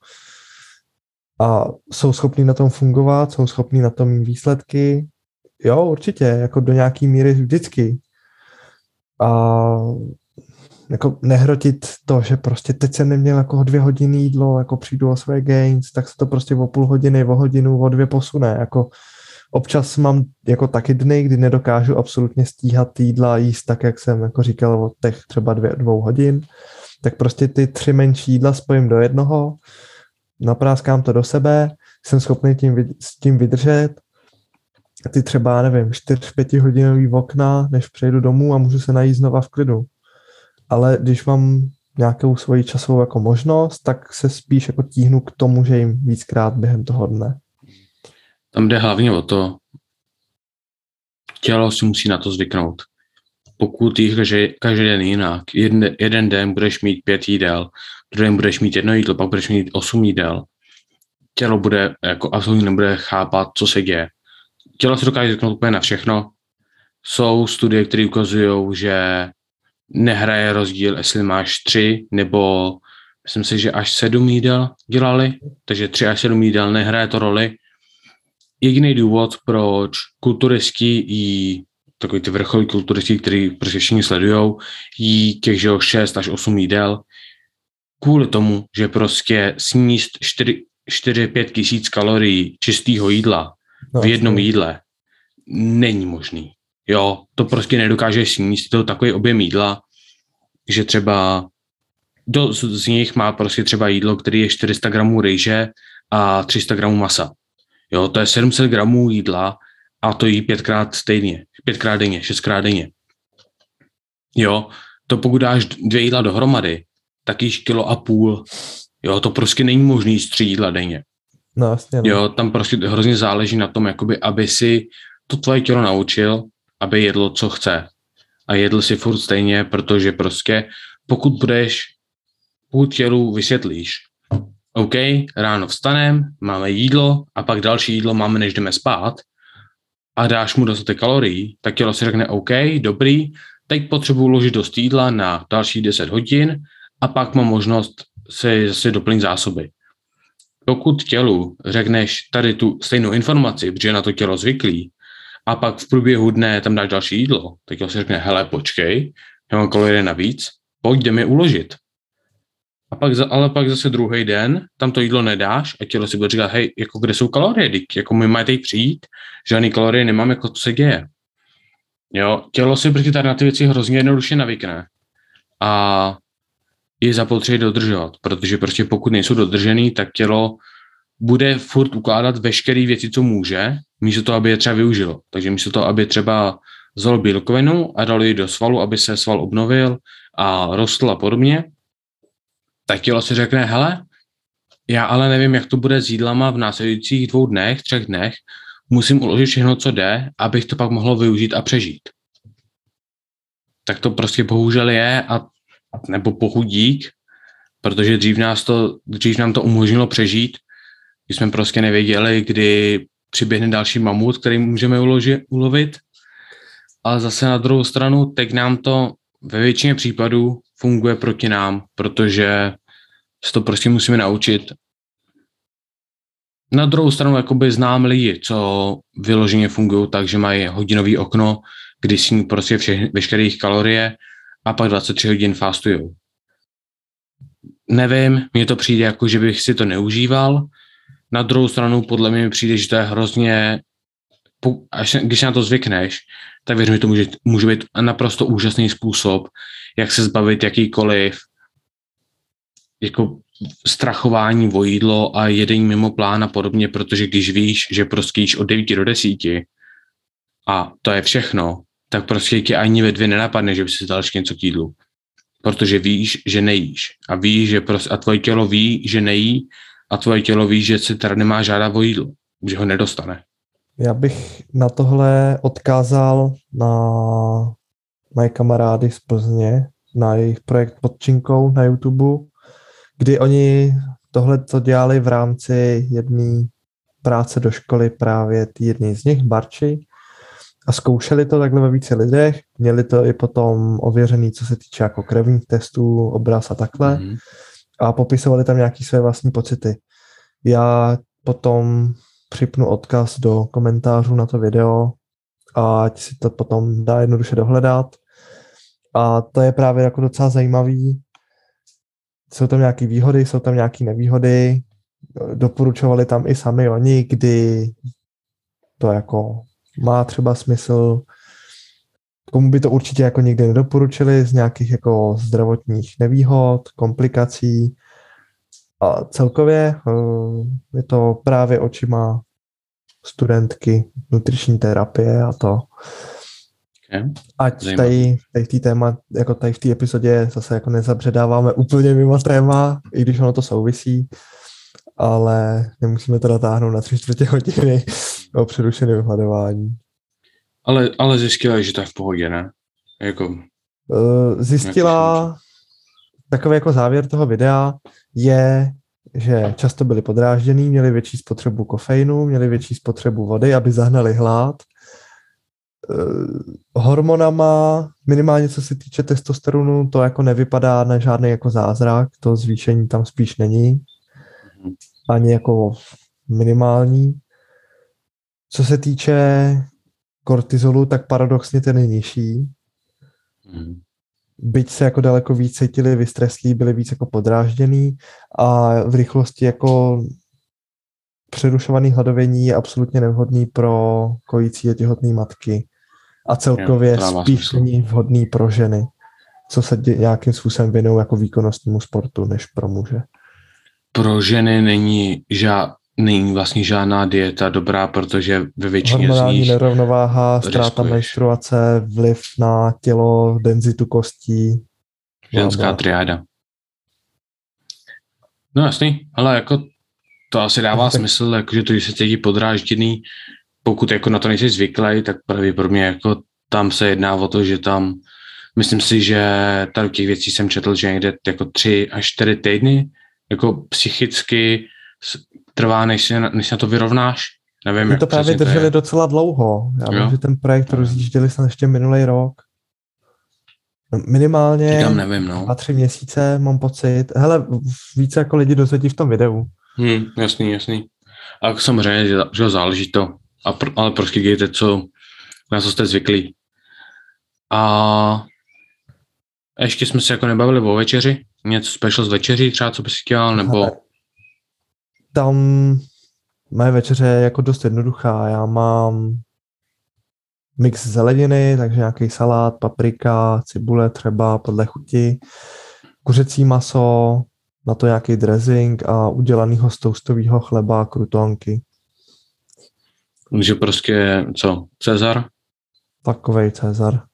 S2: A jsou schopní na tom fungovat? Jsou schopní na tom mít výsledky? Jo, určitě. Jako do nějaký míry vždycky. A jako nehrotit to, že prostě teď jsem neměl jako 2 hodiny jídlo, jako přijdu o své gains, tak se to prostě o půl hodiny, o hodinu, o 2 posune. Jako občas mám jako taky dny, kdy nedokážu absolutně stíhat jídla jíst tak, jak jsem jako říkal od těch třeba 2 hodin, tak prostě ty 3 menší jídla spojím do jednoho, napráskám to do sebe, jsem schopný s tím vydržet, ty třeba, nevím, 4-5 hodinový okna, než přejdu domů a můžu se najíst znova v klidu. Ale když mám nějakou svoji časovou jako možnost, tak se spíš jako tíhnu k tomu, že jim víckrát během toho dne.
S1: Tam jde hlavně o to, tělo si musí na to zvyknout. Pokud jíš každý den jinak, jeden den budeš mít 5 jídel, druhý den budeš mít 1 jídlo, pak budeš mít 8 jídel, tělo bude jako absolutně nebude chápat, co se děje. Tělo se dokáže zvyknout úplně na všechno, Jsou studie, které ukazují, že nehraje rozdíl, jestli máš 3 nebo myslím si, že až 7 jídel dělali, takže 3 až 7 jídel nehraje to roli. Jediný důvod, proč kulturisti jí, takový ty vrcholí kulturisti, který prostě všichni sledujou, jí těch 6 až 8 jídel, kvůli tomu, že prostě sníst 4-5 tisíc kalorií čistého jídla v jednom jídle není možný. Jo, to prostě nedokážeš sníst, to takový objem jídla, že třeba z nich má prostě třeba jídlo, který je 400 gramů rýže a 300 gramů masa. Jo, to je 700 gramů jídla a to jí 5krát stejně, 5krát denně, 6krát denně. Jo, to pokud dáš 2 jídla dohromady, tak jíš 1,5 kg. Jo, to prostě není možný jíst 3 jídla denně.
S2: No, jasně, no.
S1: Jo, tam prostě hrozně záleží na tom, jakoby, aby si to tvoje tělo naučil, aby jedlo, co chce. A jedl si furt stejně, protože prostě pokud tělu vysvětlíš, OK, ráno vstanem, máme jídlo a pak další jídlo máme, než jdeme spát a dáš mu dostatek kalorií, tak tělo si řekne OK, dobrý, teď potřebuji uložit dost jídla na další 10 hodin a pak mám možnost si zase doplnit zásoby. Pokud tělu řekneš tady tu stejnou informaci, protože je na to tělo zvyklý, a pak v průběhu dne tam dáš další jídlo, tak tělo si řekne, hele, počkej, já mám kalorie navíc, pojď, jdeme je uložit. Ale pak zase druhý den tam to jídlo nedáš a tělo si bude říkat, hej, jako kde jsou kalorie, jako my mají teď přijít, žádný kalorie nemám, jako co se děje. Jo, tělo si prostě tady na ty věci hrozně jednoduše navykne a je zapotřebí dodržovat, protože prostě pokud nejsou dodržený, tak tělo bude furt ukládat veškeré věci, co může, místo toho, aby je třeba využilo. Takže místo toho, aby třeba vzal bílkovinu a dal ji do svalu, aby se sval obnovil a rostl a podobně, tak tělo si řekne, hele, já ale nevím, jak to bude s jídlama v následujících 2 dnech, 3 dnech, musím uložit všechno, co jde, abych to pak mohlo využít a přežít. Tak to prostě bohužel je, nebo pochudík, protože dřív nám to umožnilo přežít, když jsme prostě nevěděli, kdy přiběhne další mamut, který můžeme ulovit, ale zase na druhou stranu, teď nám to ve většině případů funguje proti nám, protože se to prostě musíme naučit. Na druhou stranu jakoby znám lidi, co vyloženě fungují tak, že mají hodinový okno, kdy sní prostě veškeré kalorie a pak 23 hodin fastujou. Nevím, mně to přijde jako, že bych si to neužíval. Na druhou stranu podle mě přijde, že to je hrozně, když na to zvykneš, tak věřím, že to může být naprosto úžasný způsob, jak se zbavit jakýkoliv jako strachování o jídlo a jedení mimo plán a podobně, protože když víš, že prostě jíš od 9 do 10 a to je všechno, tak prostě tě ani ve 2 nenapadne, že by si dal ještě něco k jídlu. Protože víš, že nejíš. A víš, že a tvoje tělo ví, že nejí a tvoje tělo ví, že se teda nemá žádat o jídlo, že ho nedostane.
S2: Já bych na tohle odkázal na moje kamarády z Plzně, na jejich projekt Pod činkou na YouTube, kdy oni tohle to dělali v rámci jedné práce do školy právě jedný z nich, Barči, a zkoušeli to takhle ve více lidech, měli to i potom ověřený, co se týče jako krevních testů, obraz a takhle, a popisovali tam nějaké své vlastní pocity. Já potom připnu odkaz do komentářů na to video a ať si to potom dá jednoduše dohledat. A to je právě jako docela zajímavý. Jsou tam nějaké výhody, jsou tam nějaké nevýhody. Doporučovali tam i sami oni, kdy to jako má třeba smysl. Komu by to určitě jako nikdy nedoporučili z nějakých jako zdravotních nevýhod, komplikací. A celkově je to právě očima studentky nutriční terapie a to.
S1: Okay.
S2: Ať tady v téma, jako tady v té epizodě zase jako nezabředáváme úplně mimo téma, i když ono to souvisí, ale nemusíme to natáhnout na 3/4 hodiny o přerušeném hladování.
S1: Ale zjistila, že to je v pohodě, ne? Jako...
S2: Zjistila, takový jako závěr toho videa je, že často byli podráždění, měli větší spotřebu kofeinu, měli větší spotřebu vody, aby zahnali hlad hormonama, minimálně co se týče testosteronu, to jako nevypadá na žádný jako zázrak, to zvýšení tam spíš není, ani jako minimální. Co se týče kortizolu, tak paradoxně ten je nižší. Byť se jako daleko víc cítili vystreslí, byli víc jako podrážděný a v rychlosti jako přerušovaný hladovění je absolutně nevhodný pro kojící a těhotné matky. A celkově spíš není vhodný pro ženy, co se nějakým způsobem věnují jako výkonnostnímu sportu, než pro muže.
S1: Pro ženy není vlastně žádná dieta dobrá, protože ve většině
S2: hormonální
S1: z nich
S2: nerovnováha, ztráta menstruace, vliv na tělo, denzitu kostí.
S1: Ženská triáda. No jasný, ale jako to asi dává smysl, jakože to, když se cítí podrážděný, pokud jako na to nejsi zvyklý, tak pravděpodobně jako tam se jedná o to, že tam, myslím si, že tady těch věcí jsem četl, že někde jako 3 až 4 týdny, jako psychicky trvá, než na to vyrovnáš. Nevím,
S2: my to právě drželi docela dlouho. Já vím, že ten projekt rozjížděli snad ještě minulý rok. Minimálně
S1: nevím,
S2: 2-3 měsíce, mám pocit. Hele, více jako lidi dozvědí v tom videu.
S1: Jasný. A samozřejmě, že záleží to. Ale prostě dějte, na co jste zvyklí. A ještě jsme se jako nebavili o večeři. Něco special z večeří, třeba co bys chtěl, nebo...
S2: Tam moje večeře je jako dost jednoduchá. Já mám mix zeleniny, takže nějaký salát, paprika, cibule třeba podle chuti, kuřecí maso, na to nějaký dressing a udělanýho z toastového chleba krutonky.
S1: Takže prostě, co? Cezar?
S2: Takovej Cezar.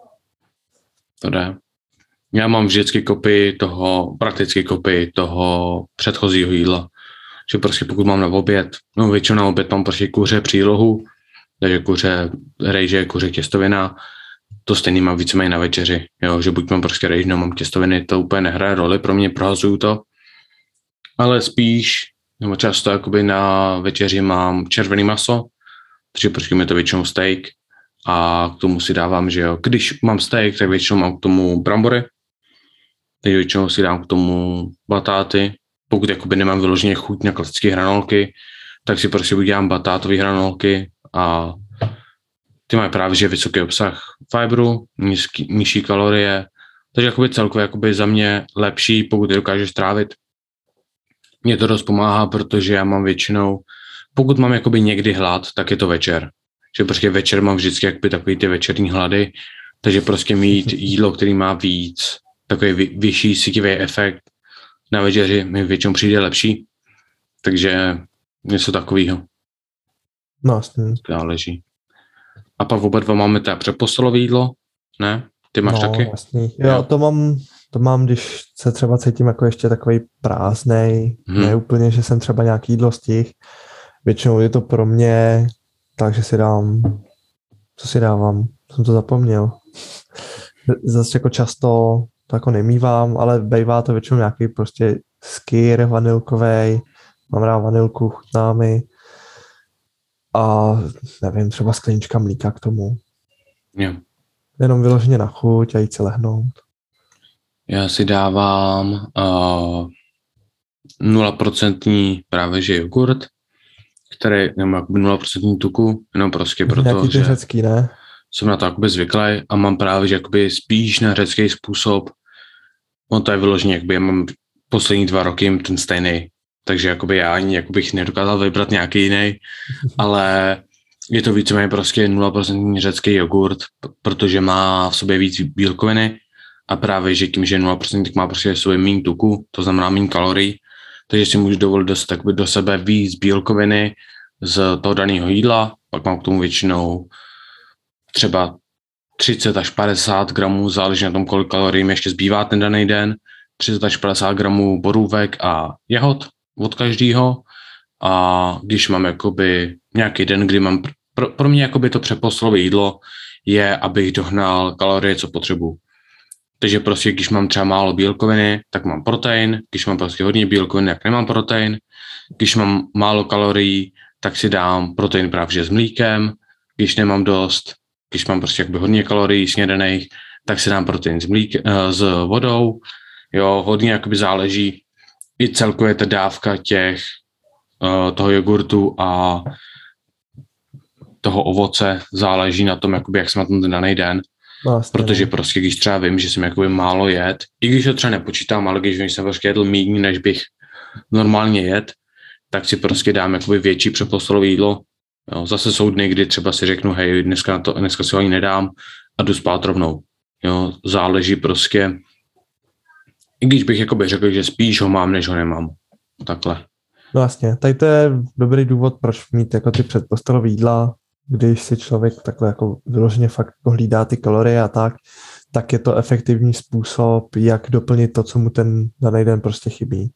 S1: To jde. Já mám vždycky prakticky kopii toho předchozího jídla. Že prostě pokud mám na oběd, většinou na oběd mám prostě kuře přílohu, takže kuře rejže, kuře těstovina, to stejný mám víceméně na večeři, jo, že buď mám prostě rejž, no mám těstoviny, to úplně nehraje roli pro mě, prohazuju to, ale spíš, nebo často jakoby na večeři mám červený maso, takže prostě mi to většinou steak a k tomu si dávám, že jo, když mám steak, tak většinou mám k tomu brambory, takže většinou si dám k tomu batáty, pokud jakoby nemám vyloženě chuť na klasické hranolky, tak si prostě udělám batátové hranolky a ty mají právě že vysoký obsah fibru, nižší kalorie, takže jakoby celkově jakoby za mě lepší, pokud je dokážeš trávit. Mně to dost pomáhá, protože já mám většinou, pokud mám jakoby někdy hlad, tak je to večer. Že prostě večer mám vždycky jakoby takový ty večerní hlady, takže prostě mít jídlo, který má víc, takový vyšší sytivý efekt na večeři mi většinou přijde lepší. Takže něco takového.
S2: No, jasně.
S1: Záleží. A pak oba dva máme teda přepostelové jídlo, ne? Ty máš taky?
S2: Jasný. Jo, to mám, když se třeba cítím jako ještě takový prázdnej, ne úplně, že jsem třeba nějaký jídlo stihl. Většinou je to pro mě, takže si dám, co si dávám? Jsem to zapomněl. Zase jako často to jako nemývám, ale bývá to většinou nějaký prostě skyr vanilkovej, mám rád vanilku, chutná mi. A nevím, třeba sklenička mlíka k tomu.
S1: Jo.
S2: Jenom vyloženě na chuť a jít si lehnout.
S1: Já si dávám 0% právě že jogurt, který nemá 0% tuku, jenom prostě proto, že
S2: řecký, ne?
S1: Jsem na to jakoby zvyklý a mám právě že jakoby spíš na řecký způsob. No to je vyloženě, jakoby já mám poslední 2 roky ten stejný. Takže jakoby já ani jakobych nedokázal vybrat nějaký jiný, ale je to víceméně prostě 0% řecký jogurt, protože má v sobě víc bílkoviny a právě, že tím, že 0% tak má prostě v sobě méně tuku, to znamená méně kalorií, takže si můžu dovolit dostat do sebe víc bílkoviny z toho daného jídla, pak mám k tomu většinou třeba 30 až 50 gramů, záleží na tom, kolik kalorií mi ještě zbývá ten daný den, 30 až 50 gramů borůvek a jahod od každého. A když mám jakoby nějaký den, kdy mám, pro mě jakoby to přeposlové jídlo je, abych dohnal kalorie, co potřebuji. Takže prostě, když mám třeba málo bílkoviny, tak mám protein, když mám prostě hodně bílkovin, tak nemám protein, když mám málo kalorií, tak si dám protein právě s mlíkem, když nemám dost, když mám prostě jakoby hodně kalorií snědených, tak si dám protein s vodou, jo, hodně jakoby záleží i celkově ta dávka toho jogurtu a toho ovoce záleží na tom, jakoby, jak jsem na tom ten daný den, protože prostě když třeba vím, že jsem jakoby málo jet, i když to třeba nepočítám, ale když jsem prostě jedl méně, než bych normálně jet, tak si prostě dám jakoby větší předpostelové jídlo. Jo, zase jsou dny, kdy třeba si řeknu, hej, dneska si ho ani nedám a jdu spát rovnou. Jo, záleží prostě, i když bych jakoby řekl, že spíš ho mám, než ho nemám. Takhle.
S2: No vlastně, tady to je dobrý důvod, proč mít jako ty předpostelové jídla, když si člověk takhle jako vyloženě fakt jako hlídá ty kalorie a tak je to efektivní způsob, jak doplnit to, co mu ten daný den prostě chybí.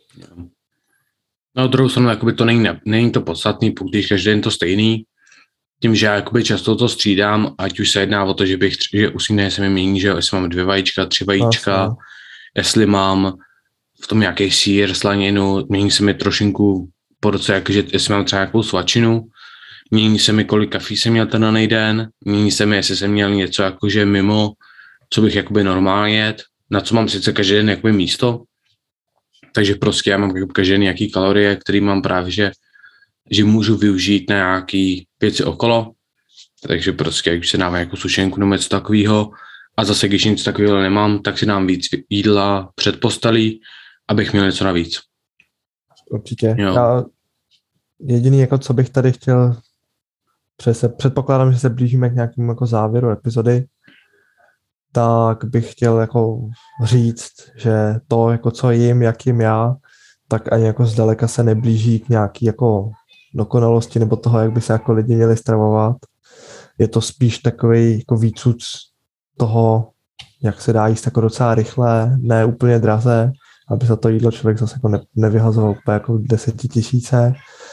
S1: Na druhou stranu, jakoby to není to podstatný, když každý den to stejný, tím, že já jakoby často to střídám, ať už se jedná o to, že usíne se mi mění, že jestli mám 2 vajíčka, 3 vajíčka, jestli mám v tom nějaký sýr, slaninu, mění se mi trošinku po roce, jakože jestli mám třeba nějakou svačinu, mění se mi, kolik kafí jsem měl ten daný den, mění se mi, jestli jsem měl něco jakože mimo, co bych jakoby normálně jet, na co mám sice každý den jakoby místo, takže prostě já mám každý den nějaký kalorie, který mám právě, že můžu využít na nějaký věci okolo, takže prostě, když se dávám nějakou sušenku nebo něco takového a zase, když nic takového nemám, tak si dám víc jídla před postelí, abych měl něco navíc.
S2: Určitě. Já jediný, jako co bych tady chtěl, předpokládám, že se blížíme k nějakému jako závěru epizody, tak bych chtěl jako říct, že to, jako co jim, jak jim já, tak ani jako zdaleka se neblíží k nějaký jako dokonalosti nebo toho, jak by se jako lidi měli stravovat. Je to spíš takový jako výcuc toho, jak se dá jíst jako docela rychle, ne úplně draze, aby za to jídlo člověk zase jako nevyhazoval úplně jako 10 000.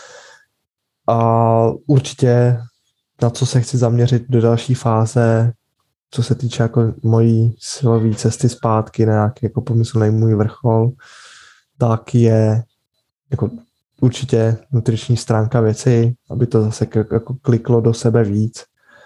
S2: A určitě na co se chci zaměřit do další fáze, co se týče jako mojí silové cesty zpátky na nějaký jako pomyslný můj vrchol, tak je jako určitě nutriční stránka věci, aby to zase jako kliklo do sebe víc.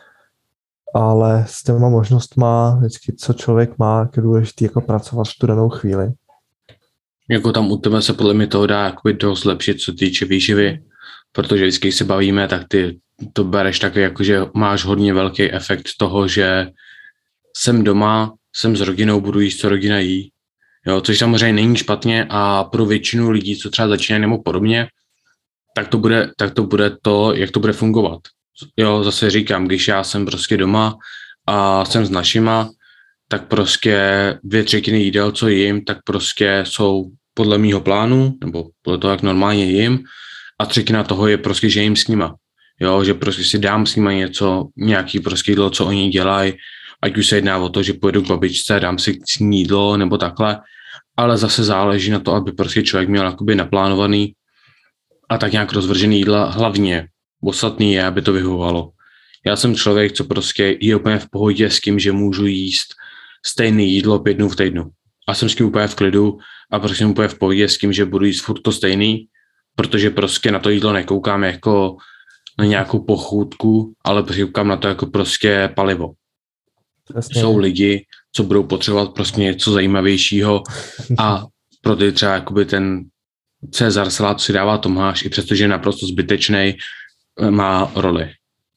S2: Ale s těma možnostma vždycky, co člověk má, je důležité jako pracovat v tu danou chvíli.
S1: Jako tam u tebe se podle mě toho dá jakoby dost zlepšit, co týče výživy, protože vždycky, když se bavíme, tak ty to bereš taky, jakože máš hodně velký efekt toho, že jsem doma, jsem s rodinou, budu jíst, co rodina jí, jo, což samozřejmě není špatně a pro většinu lidí, co třeba začínají nebo podobně, tak to bude to, jak to bude fungovat. Jo, zase říkám, když já jsem prostě doma a jsem s našima, tak prostě 2/3 jídel, co jim, tak prostě jsou podle mýho plánu, nebo podle toho, jak normálně jim, a 1/3 toho je prostě, že jim s nima. Jo, že prostě si dám s nima nějaký prostě jídlo, co oni dělají, ať už se jedná o to, že pojedu k babičce, dám si jídlo nebo takhle, ale zase záleží na to, aby prostě člověk měl jakoby naplánovaný a tak nějak rozvržený jídla. Hlavně podstatný je, aby to vyhovovalo. Já jsem člověk, co prostě je úplně v pohodě s tím, že můžu jíst stejné jídlo 5 dnů v týdnu. A jsem s tím úplně v klidu a prostě jsem úplně v pohodě s tím, že budu jíst furt to stejný, protože prostě na to jídlo nekoukám jako na nějakou pochůdku, ale koukám na to jako prostě palivo. Jasně. Jsou lidi, co budou potřebovat prostě něco zajímavějšího a pro ty třeba jakoby ten Cezar salát si dává Tomáš, i přestože je naprosto zbytečný, má roli.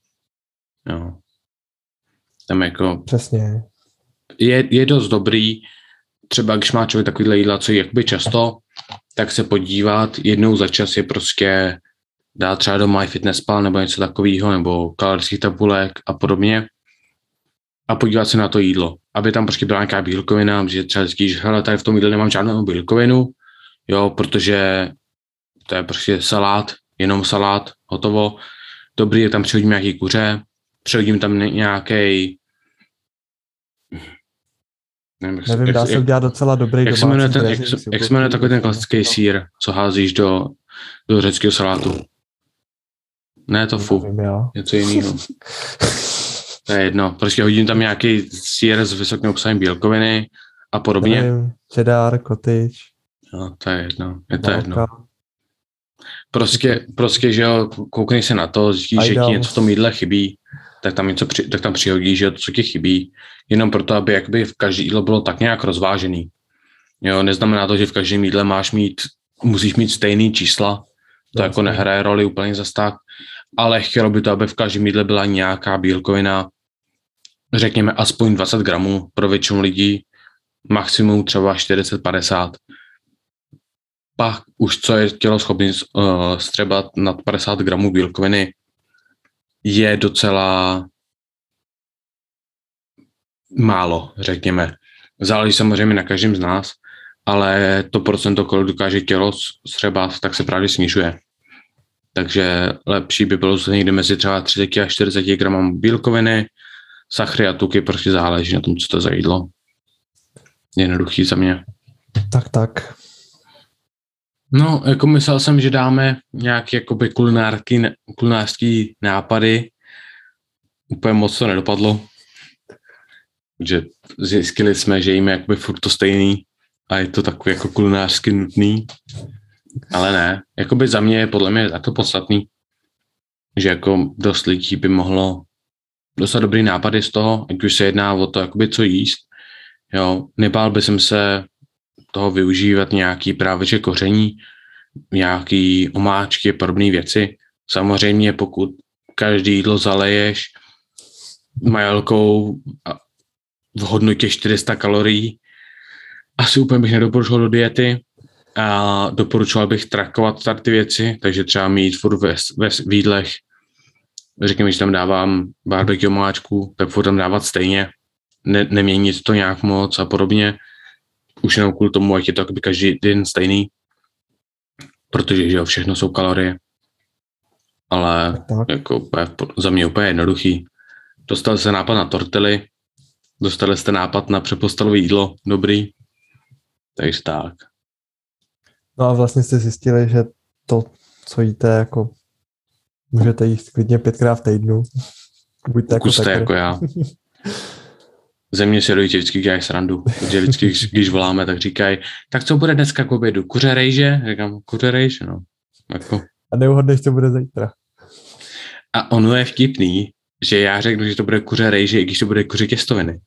S1: Jo. Tam jako...
S2: Přesně.
S1: Je dost dobrý, třeba když má člověk takovýhle jídla, co je jakoby často, tak se podívat, jednou za čas je prostě dát třeba do MyFitnessPal nebo něco takového, nebo kalorických tabulek a podobně a podívat se na to jídlo, aby tam prostě byla nějaká bílkovina, že třeba říkáš, hele, tady v tom jídle nemám žádnou bílkovinu, jo, protože to je prostě salát, jenom salát, hotovo. Dobrý, je tam přihodím nějaký kuře, přihodím tam nějaký...
S2: Nevím, dá se udělat docela dobrý
S1: jak se jmenuje takový ten klasický sýr, co házíš do řeckého salátu? Ne, tofu. Je to jiného. To je jedno. Prostě hodím tam nějaký sýr s vysokým obsahem bílkoviny a podobně.
S2: Nevím, cheddar, cottage.
S1: No, to je jedno. Je to jedno. Prostě, že jo, kouknej se na to, zjistíš, že ti něco v tom jídle chybí tak tam přihodíš, že to, co ti chybí, jenom proto, aby jakoby v každé jídlo bylo tak nějak rozvážený. Jo, neznamená to, že v každém jídle musíš mít stejný čísla, to jako nehraje roli úplně zas tak, ale chtělo by to, aby v každém jídle byla nějaká bílkovina, řekněme aspoň 20 gramů pro většinu lidí, maximum třeba 40-50. Pak už co je tělo schopné střebat nad 50 gramů bílkoviny, je docela málo, řekněme. Záleží samozřejmě na každém z nás, ale to procento, kolik dokáže tělo střebat, tak se právě snižuje. Takže lepší by bylo někde mezi třeba 30 a 40 gramů bílkoviny, sachry a tuky, prostě záleží na tom, co to za jídlo. Jednoduchý za mě.
S2: Tak.
S1: No, jako myslel jsem, že dáme nějaké jakoby kulinářský nápady. Úplně moc to nedopadlo. Že zjistili jsme, že jíme jakoby furt to stejný a je to takový jako kulinářsky nutný. Ale ne, jakoby za mě je podle mě tak to podstatný, že jako dost lidí by mohlo dostat dobrý nápady z toho, ať už se jedná o to, jakoby co jíst. Jo, nebál by jsem se toho využívat nějaký právě že koření, nějaký omáčky, podobné věci. Samozřejmě pokud každý jídlo zaleješ majolkou v hodnotě 400 kalorií, asi úplně bych nedoporučoval do diety a doporučoval bych trackovat ty věci, takže třeba mít furt v jídlech, řekněme, že tam dávám barbecue omáčku, tak furt tam dávat stejně, neměnit to nějak moc a podobně, už jenom kvůli tomu, ať je to každý den stejný, protože že všechno jsou kalorie, ale jako za mě úplně jednoduchý. Dostali jste nápad na tortily, dostali jste nápad na přepostelové jídlo, dobrý, takže tak.
S2: No a vlastně jste zjistili, že to, co jíte, jako můžete jíst klidně 5krát v týdnu. Buďte
S1: jako já. Ze mě se dojítě vždycky dělají srandu, protože vždycky, když voláme, tak říkají, tak co bude dneska k obědu? Kuře rejže? Říkám, kuře rejže, no. Jako.
S2: A neuhodneš, co bude zítra.
S1: A ono je vtipný, že já řeknu, že to bude kuře rejže, i když to bude kuře těstoviny.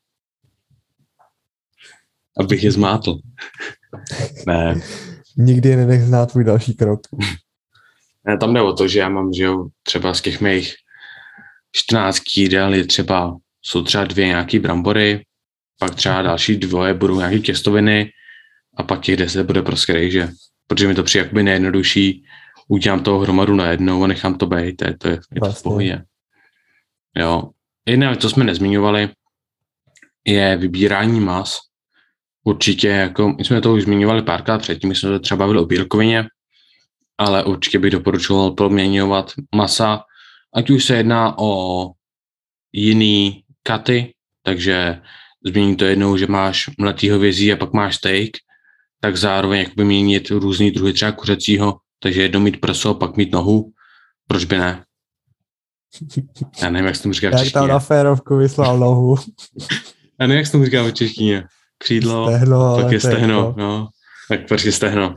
S1: Abych je zmátl. Ne.
S2: Nikdy je nenech znát tvůj další krok.
S1: Ne, tam jde o to, že já mám, že jo, třeba z těch mých 14 jídel jsou třeba 2 nějaký brambory, pak třeba další 2 budou nějaké těstoviny a pak těch 10 bude prostě rejže. Protože mi to přijde jakoby nejjednodušší, udělám toho hromadu najednou a nechám to být, to je to v pohodě. Jo. Jedna věc, co jsme nezmiňovali, je vybírání mas. Určitě, jako my jsme to už zmiňovali párkrát předtím, my jsme se třeba bavili o bílkovině, ale určitě bych doporučoval proměňovat masa, ať už se jedná o jiný katy, takže změní to jednou, že máš mletý hovězí a pak máš steak, tak zároveň jakoby měnit různý druhy třeba kuřecího, takže jednou mít prso a pak mít nohu, proč by ne? Já nevím, jak se tomu říká v češtině.
S2: Jak tam na férovku vyslal nohu.
S1: Já nevím, jak se tomu říká v češtině. Křídlo,
S2: stehno,
S1: pak je stehno, no. Tak prostě stehno.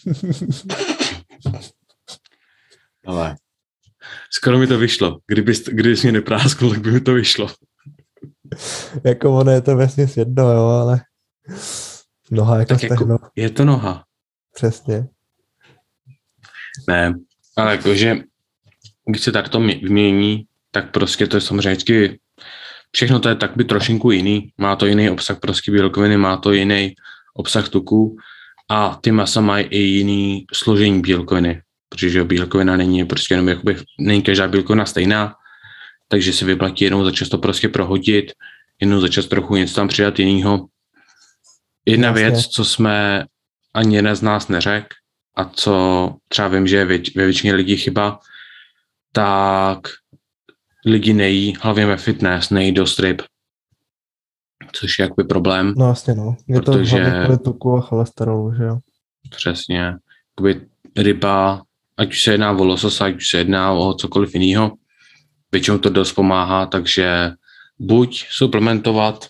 S1: Ale skoro mi to vyšlo. Kdybys mě neprásknul, tak by mi to vyšlo.
S2: Jako ono je to vesměs jedno, jo, ale noha jako tak stehno. Jako
S1: je to noha.
S2: Přesně.
S1: Ne, ale jakože když se tady to vymění, tak prostě to je samozřejmě vždycky všechno to je tak by trošinku jiný. Má to jiný obsah prostě bílkoviny, má to jiný obsah tuků a ty masa mají i jiný složení bílkoviny, protože bílkovina není prostě jenom jakoby, není každá bílkovina stejná, takže se vyplatí jednou za čas to prostě prohodit, jednou za čas trochu něco tam přidat jinýho. Jedna věc, co jsme ani jeden z nás neřekl a co třeba vím, že je ve většině lidí chyba, tak lidi nejí, hlavně ve fitness, nejí dost ryb, což je jakoby problém.
S2: No jasně, no. Je protože to hlavně kvůli tuku a cholesterolu, že jo?
S1: Přesně. Jakoby ryba, ať už se jedná o lososa, ať už se jedná o cokoliv jiného, většinou to dost pomáhá, takže buď suplementovat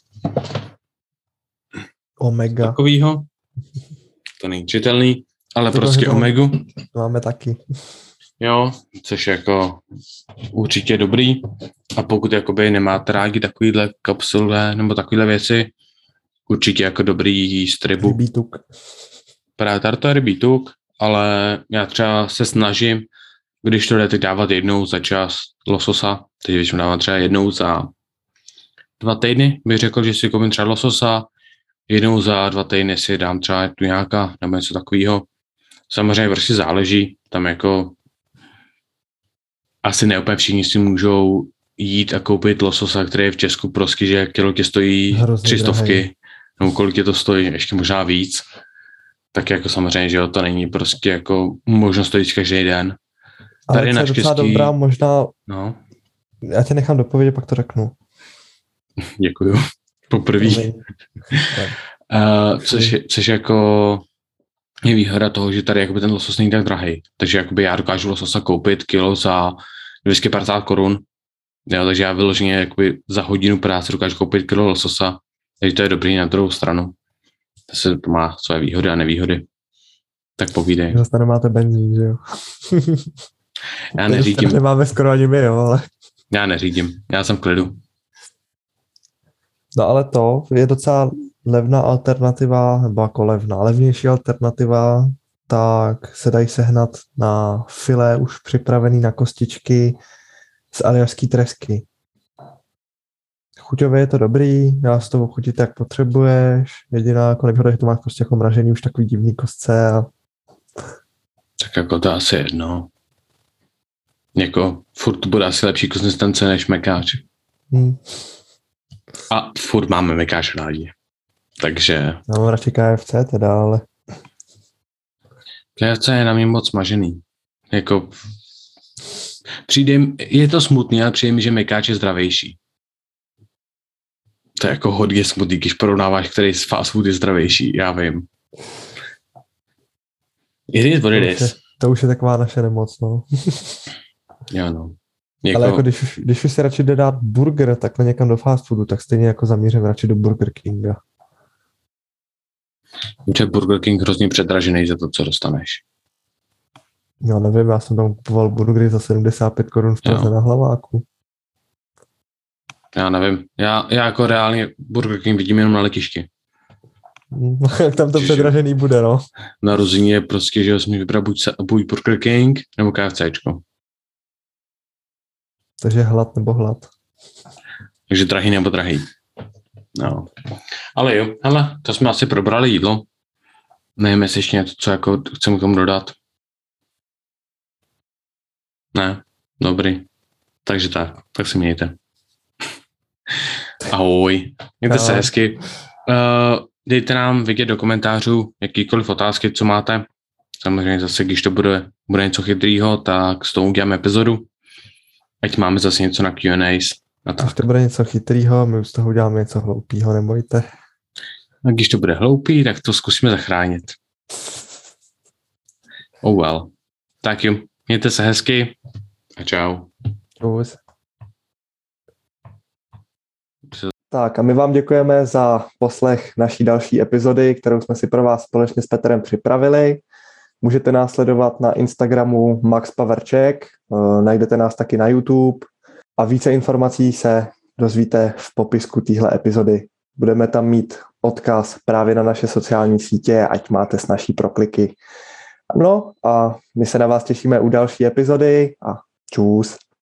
S2: omega.
S1: Takovýho, to není čitelný, ale to prostě omegu.
S2: Máme taky.
S1: Jo, což je jako určitě dobrý. A pokud jakoby nemáte rádi takovýhle kapsule nebo takovýhle věci, určitě jako dobrý jíst rybu.
S2: Rybí tuk.
S1: Právě tady to je rybí tuk, ale já třeba se snažím, když to jdete dávat jednou za čas lososa, teď když dávám třeba jednou za 2 týdny, bych řekl, že si koupím třeba lososa, jednou za 2 týdny si dám třeba tu nějaká nebo něco takového. Samozřejmě prostě záleží, tam jako asi ne úplně všichni si můžou jít a koupit lososa, který je v Česku prostě, že kilo tě stojí
S2: Hrozně
S1: 300,
S2: drahej.
S1: nebo kolik tě to stojí, ještě možná víc. Tak jako samozřejmě, že jo, to není prostě jako možnost to jít každý den.
S2: Ale
S1: Tady
S2: co je docela dobrá, možná,
S1: No,
S2: já tě nechám dopovědět, pak to řeknu.
S1: děkuju. Poprvé. Což jako je výhoda toho, že tady jakoby ten losos není tak drahý. Takže jakoby já dokážu lososa koupit kilo za 250 korun. Jo, takže já vyloženě jakoby za hodinu práce dokážu koupit kilo lososa. Takže to je dobrý na druhou stranu. To má své výhody a nevýhody. Tak povídej.
S2: Zase nemáte benzín, že jo?
S1: Já neřídím.
S2: Nemáme skoro ani my, jo, ale...
S1: Já neřídím. Já jsem v klidu.
S2: No ale to je docela levná alternativa, nebo jako levnější alternativa, tak se dají sehnat na filé už připravený na kostičky z aljašský tresky. Chuťově je to dobrý, dá se to ochutit, jak potřebuješ. Jediná jako nevýhoda, že to máš prostě jako mražený už takový divný kostce. A...
S1: Tak jako to asi jedno. Jako furt bude asi lepší konzistence než mekáč. A furt máme mekáč rádi. Takže...
S2: Já mám radši KFC teda, ale...
S1: KFC je na mě moc smažený. Jako... Je to smutný, ale přijde mi, že mekáč je zdravější. To je jako hodně smutný, když porovnáváš, který z fast food je zdravější, já vím. It is what it is.
S2: To už je taková naše nemoc, no.
S1: Jo, no.
S2: Ale jako když už se radši jde dát burger takhle někam do fast foodu, tak stejně jako zamířím radši do Burger Kinga.
S1: Je Burger King hrozně předražený za to, co dostaneš.
S2: Já nevím, já jsem tam kupoval burgery za 75 korun v Praze na Hlaváku.
S1: Já nevím. Já jako reálně Burger King vidím jenom na letišti.
S2: Jak tam to předražený bude, no.
S1: Na rozině je prostě, že smíš vybrat buď Burger King nebo KFCčko.
S2: Takže hlad nebo hlad.
S1: Takže drahý nebo drahý. No. Ale jo, hele, to jsme asi probrali jídlo. Nevím, jestli ještě něco, co jako chceme k tomu dodat. Ne, dobrý. Takže tak si mějte. Ahoj, mějte se hezky. Dejte nám vidět do komentářů jakýkoliv otázky, co máte. Samozřejmě zase, když to bude něco chytrýho, tak s tou uděláme epizodu. Ať máme zase něco na Q&As.
S2: Když to bude něco chytrýho, my už z toho uděláme něco hloupýho, nebojte.
S1: A když to bude hloupý, tak to zkusíme zachránit. Oh well. Tak jo, mějte se hezky a čau.
S2: Čus. Tak a my vám děkujeme za poslech naší další epizody, kterou jsme si pro vás společně s Petrem připravili. Můžete nás sledovat na Instagramu Max Paverček, najdete nás taky na YouTube a více informací se dozvíte v popisku téhle epizody. Budeme tam mít odkaz právě na naše sociální sítě, ať máte snazší prokliky. No a my se na vás těšíme u další epizody a čus.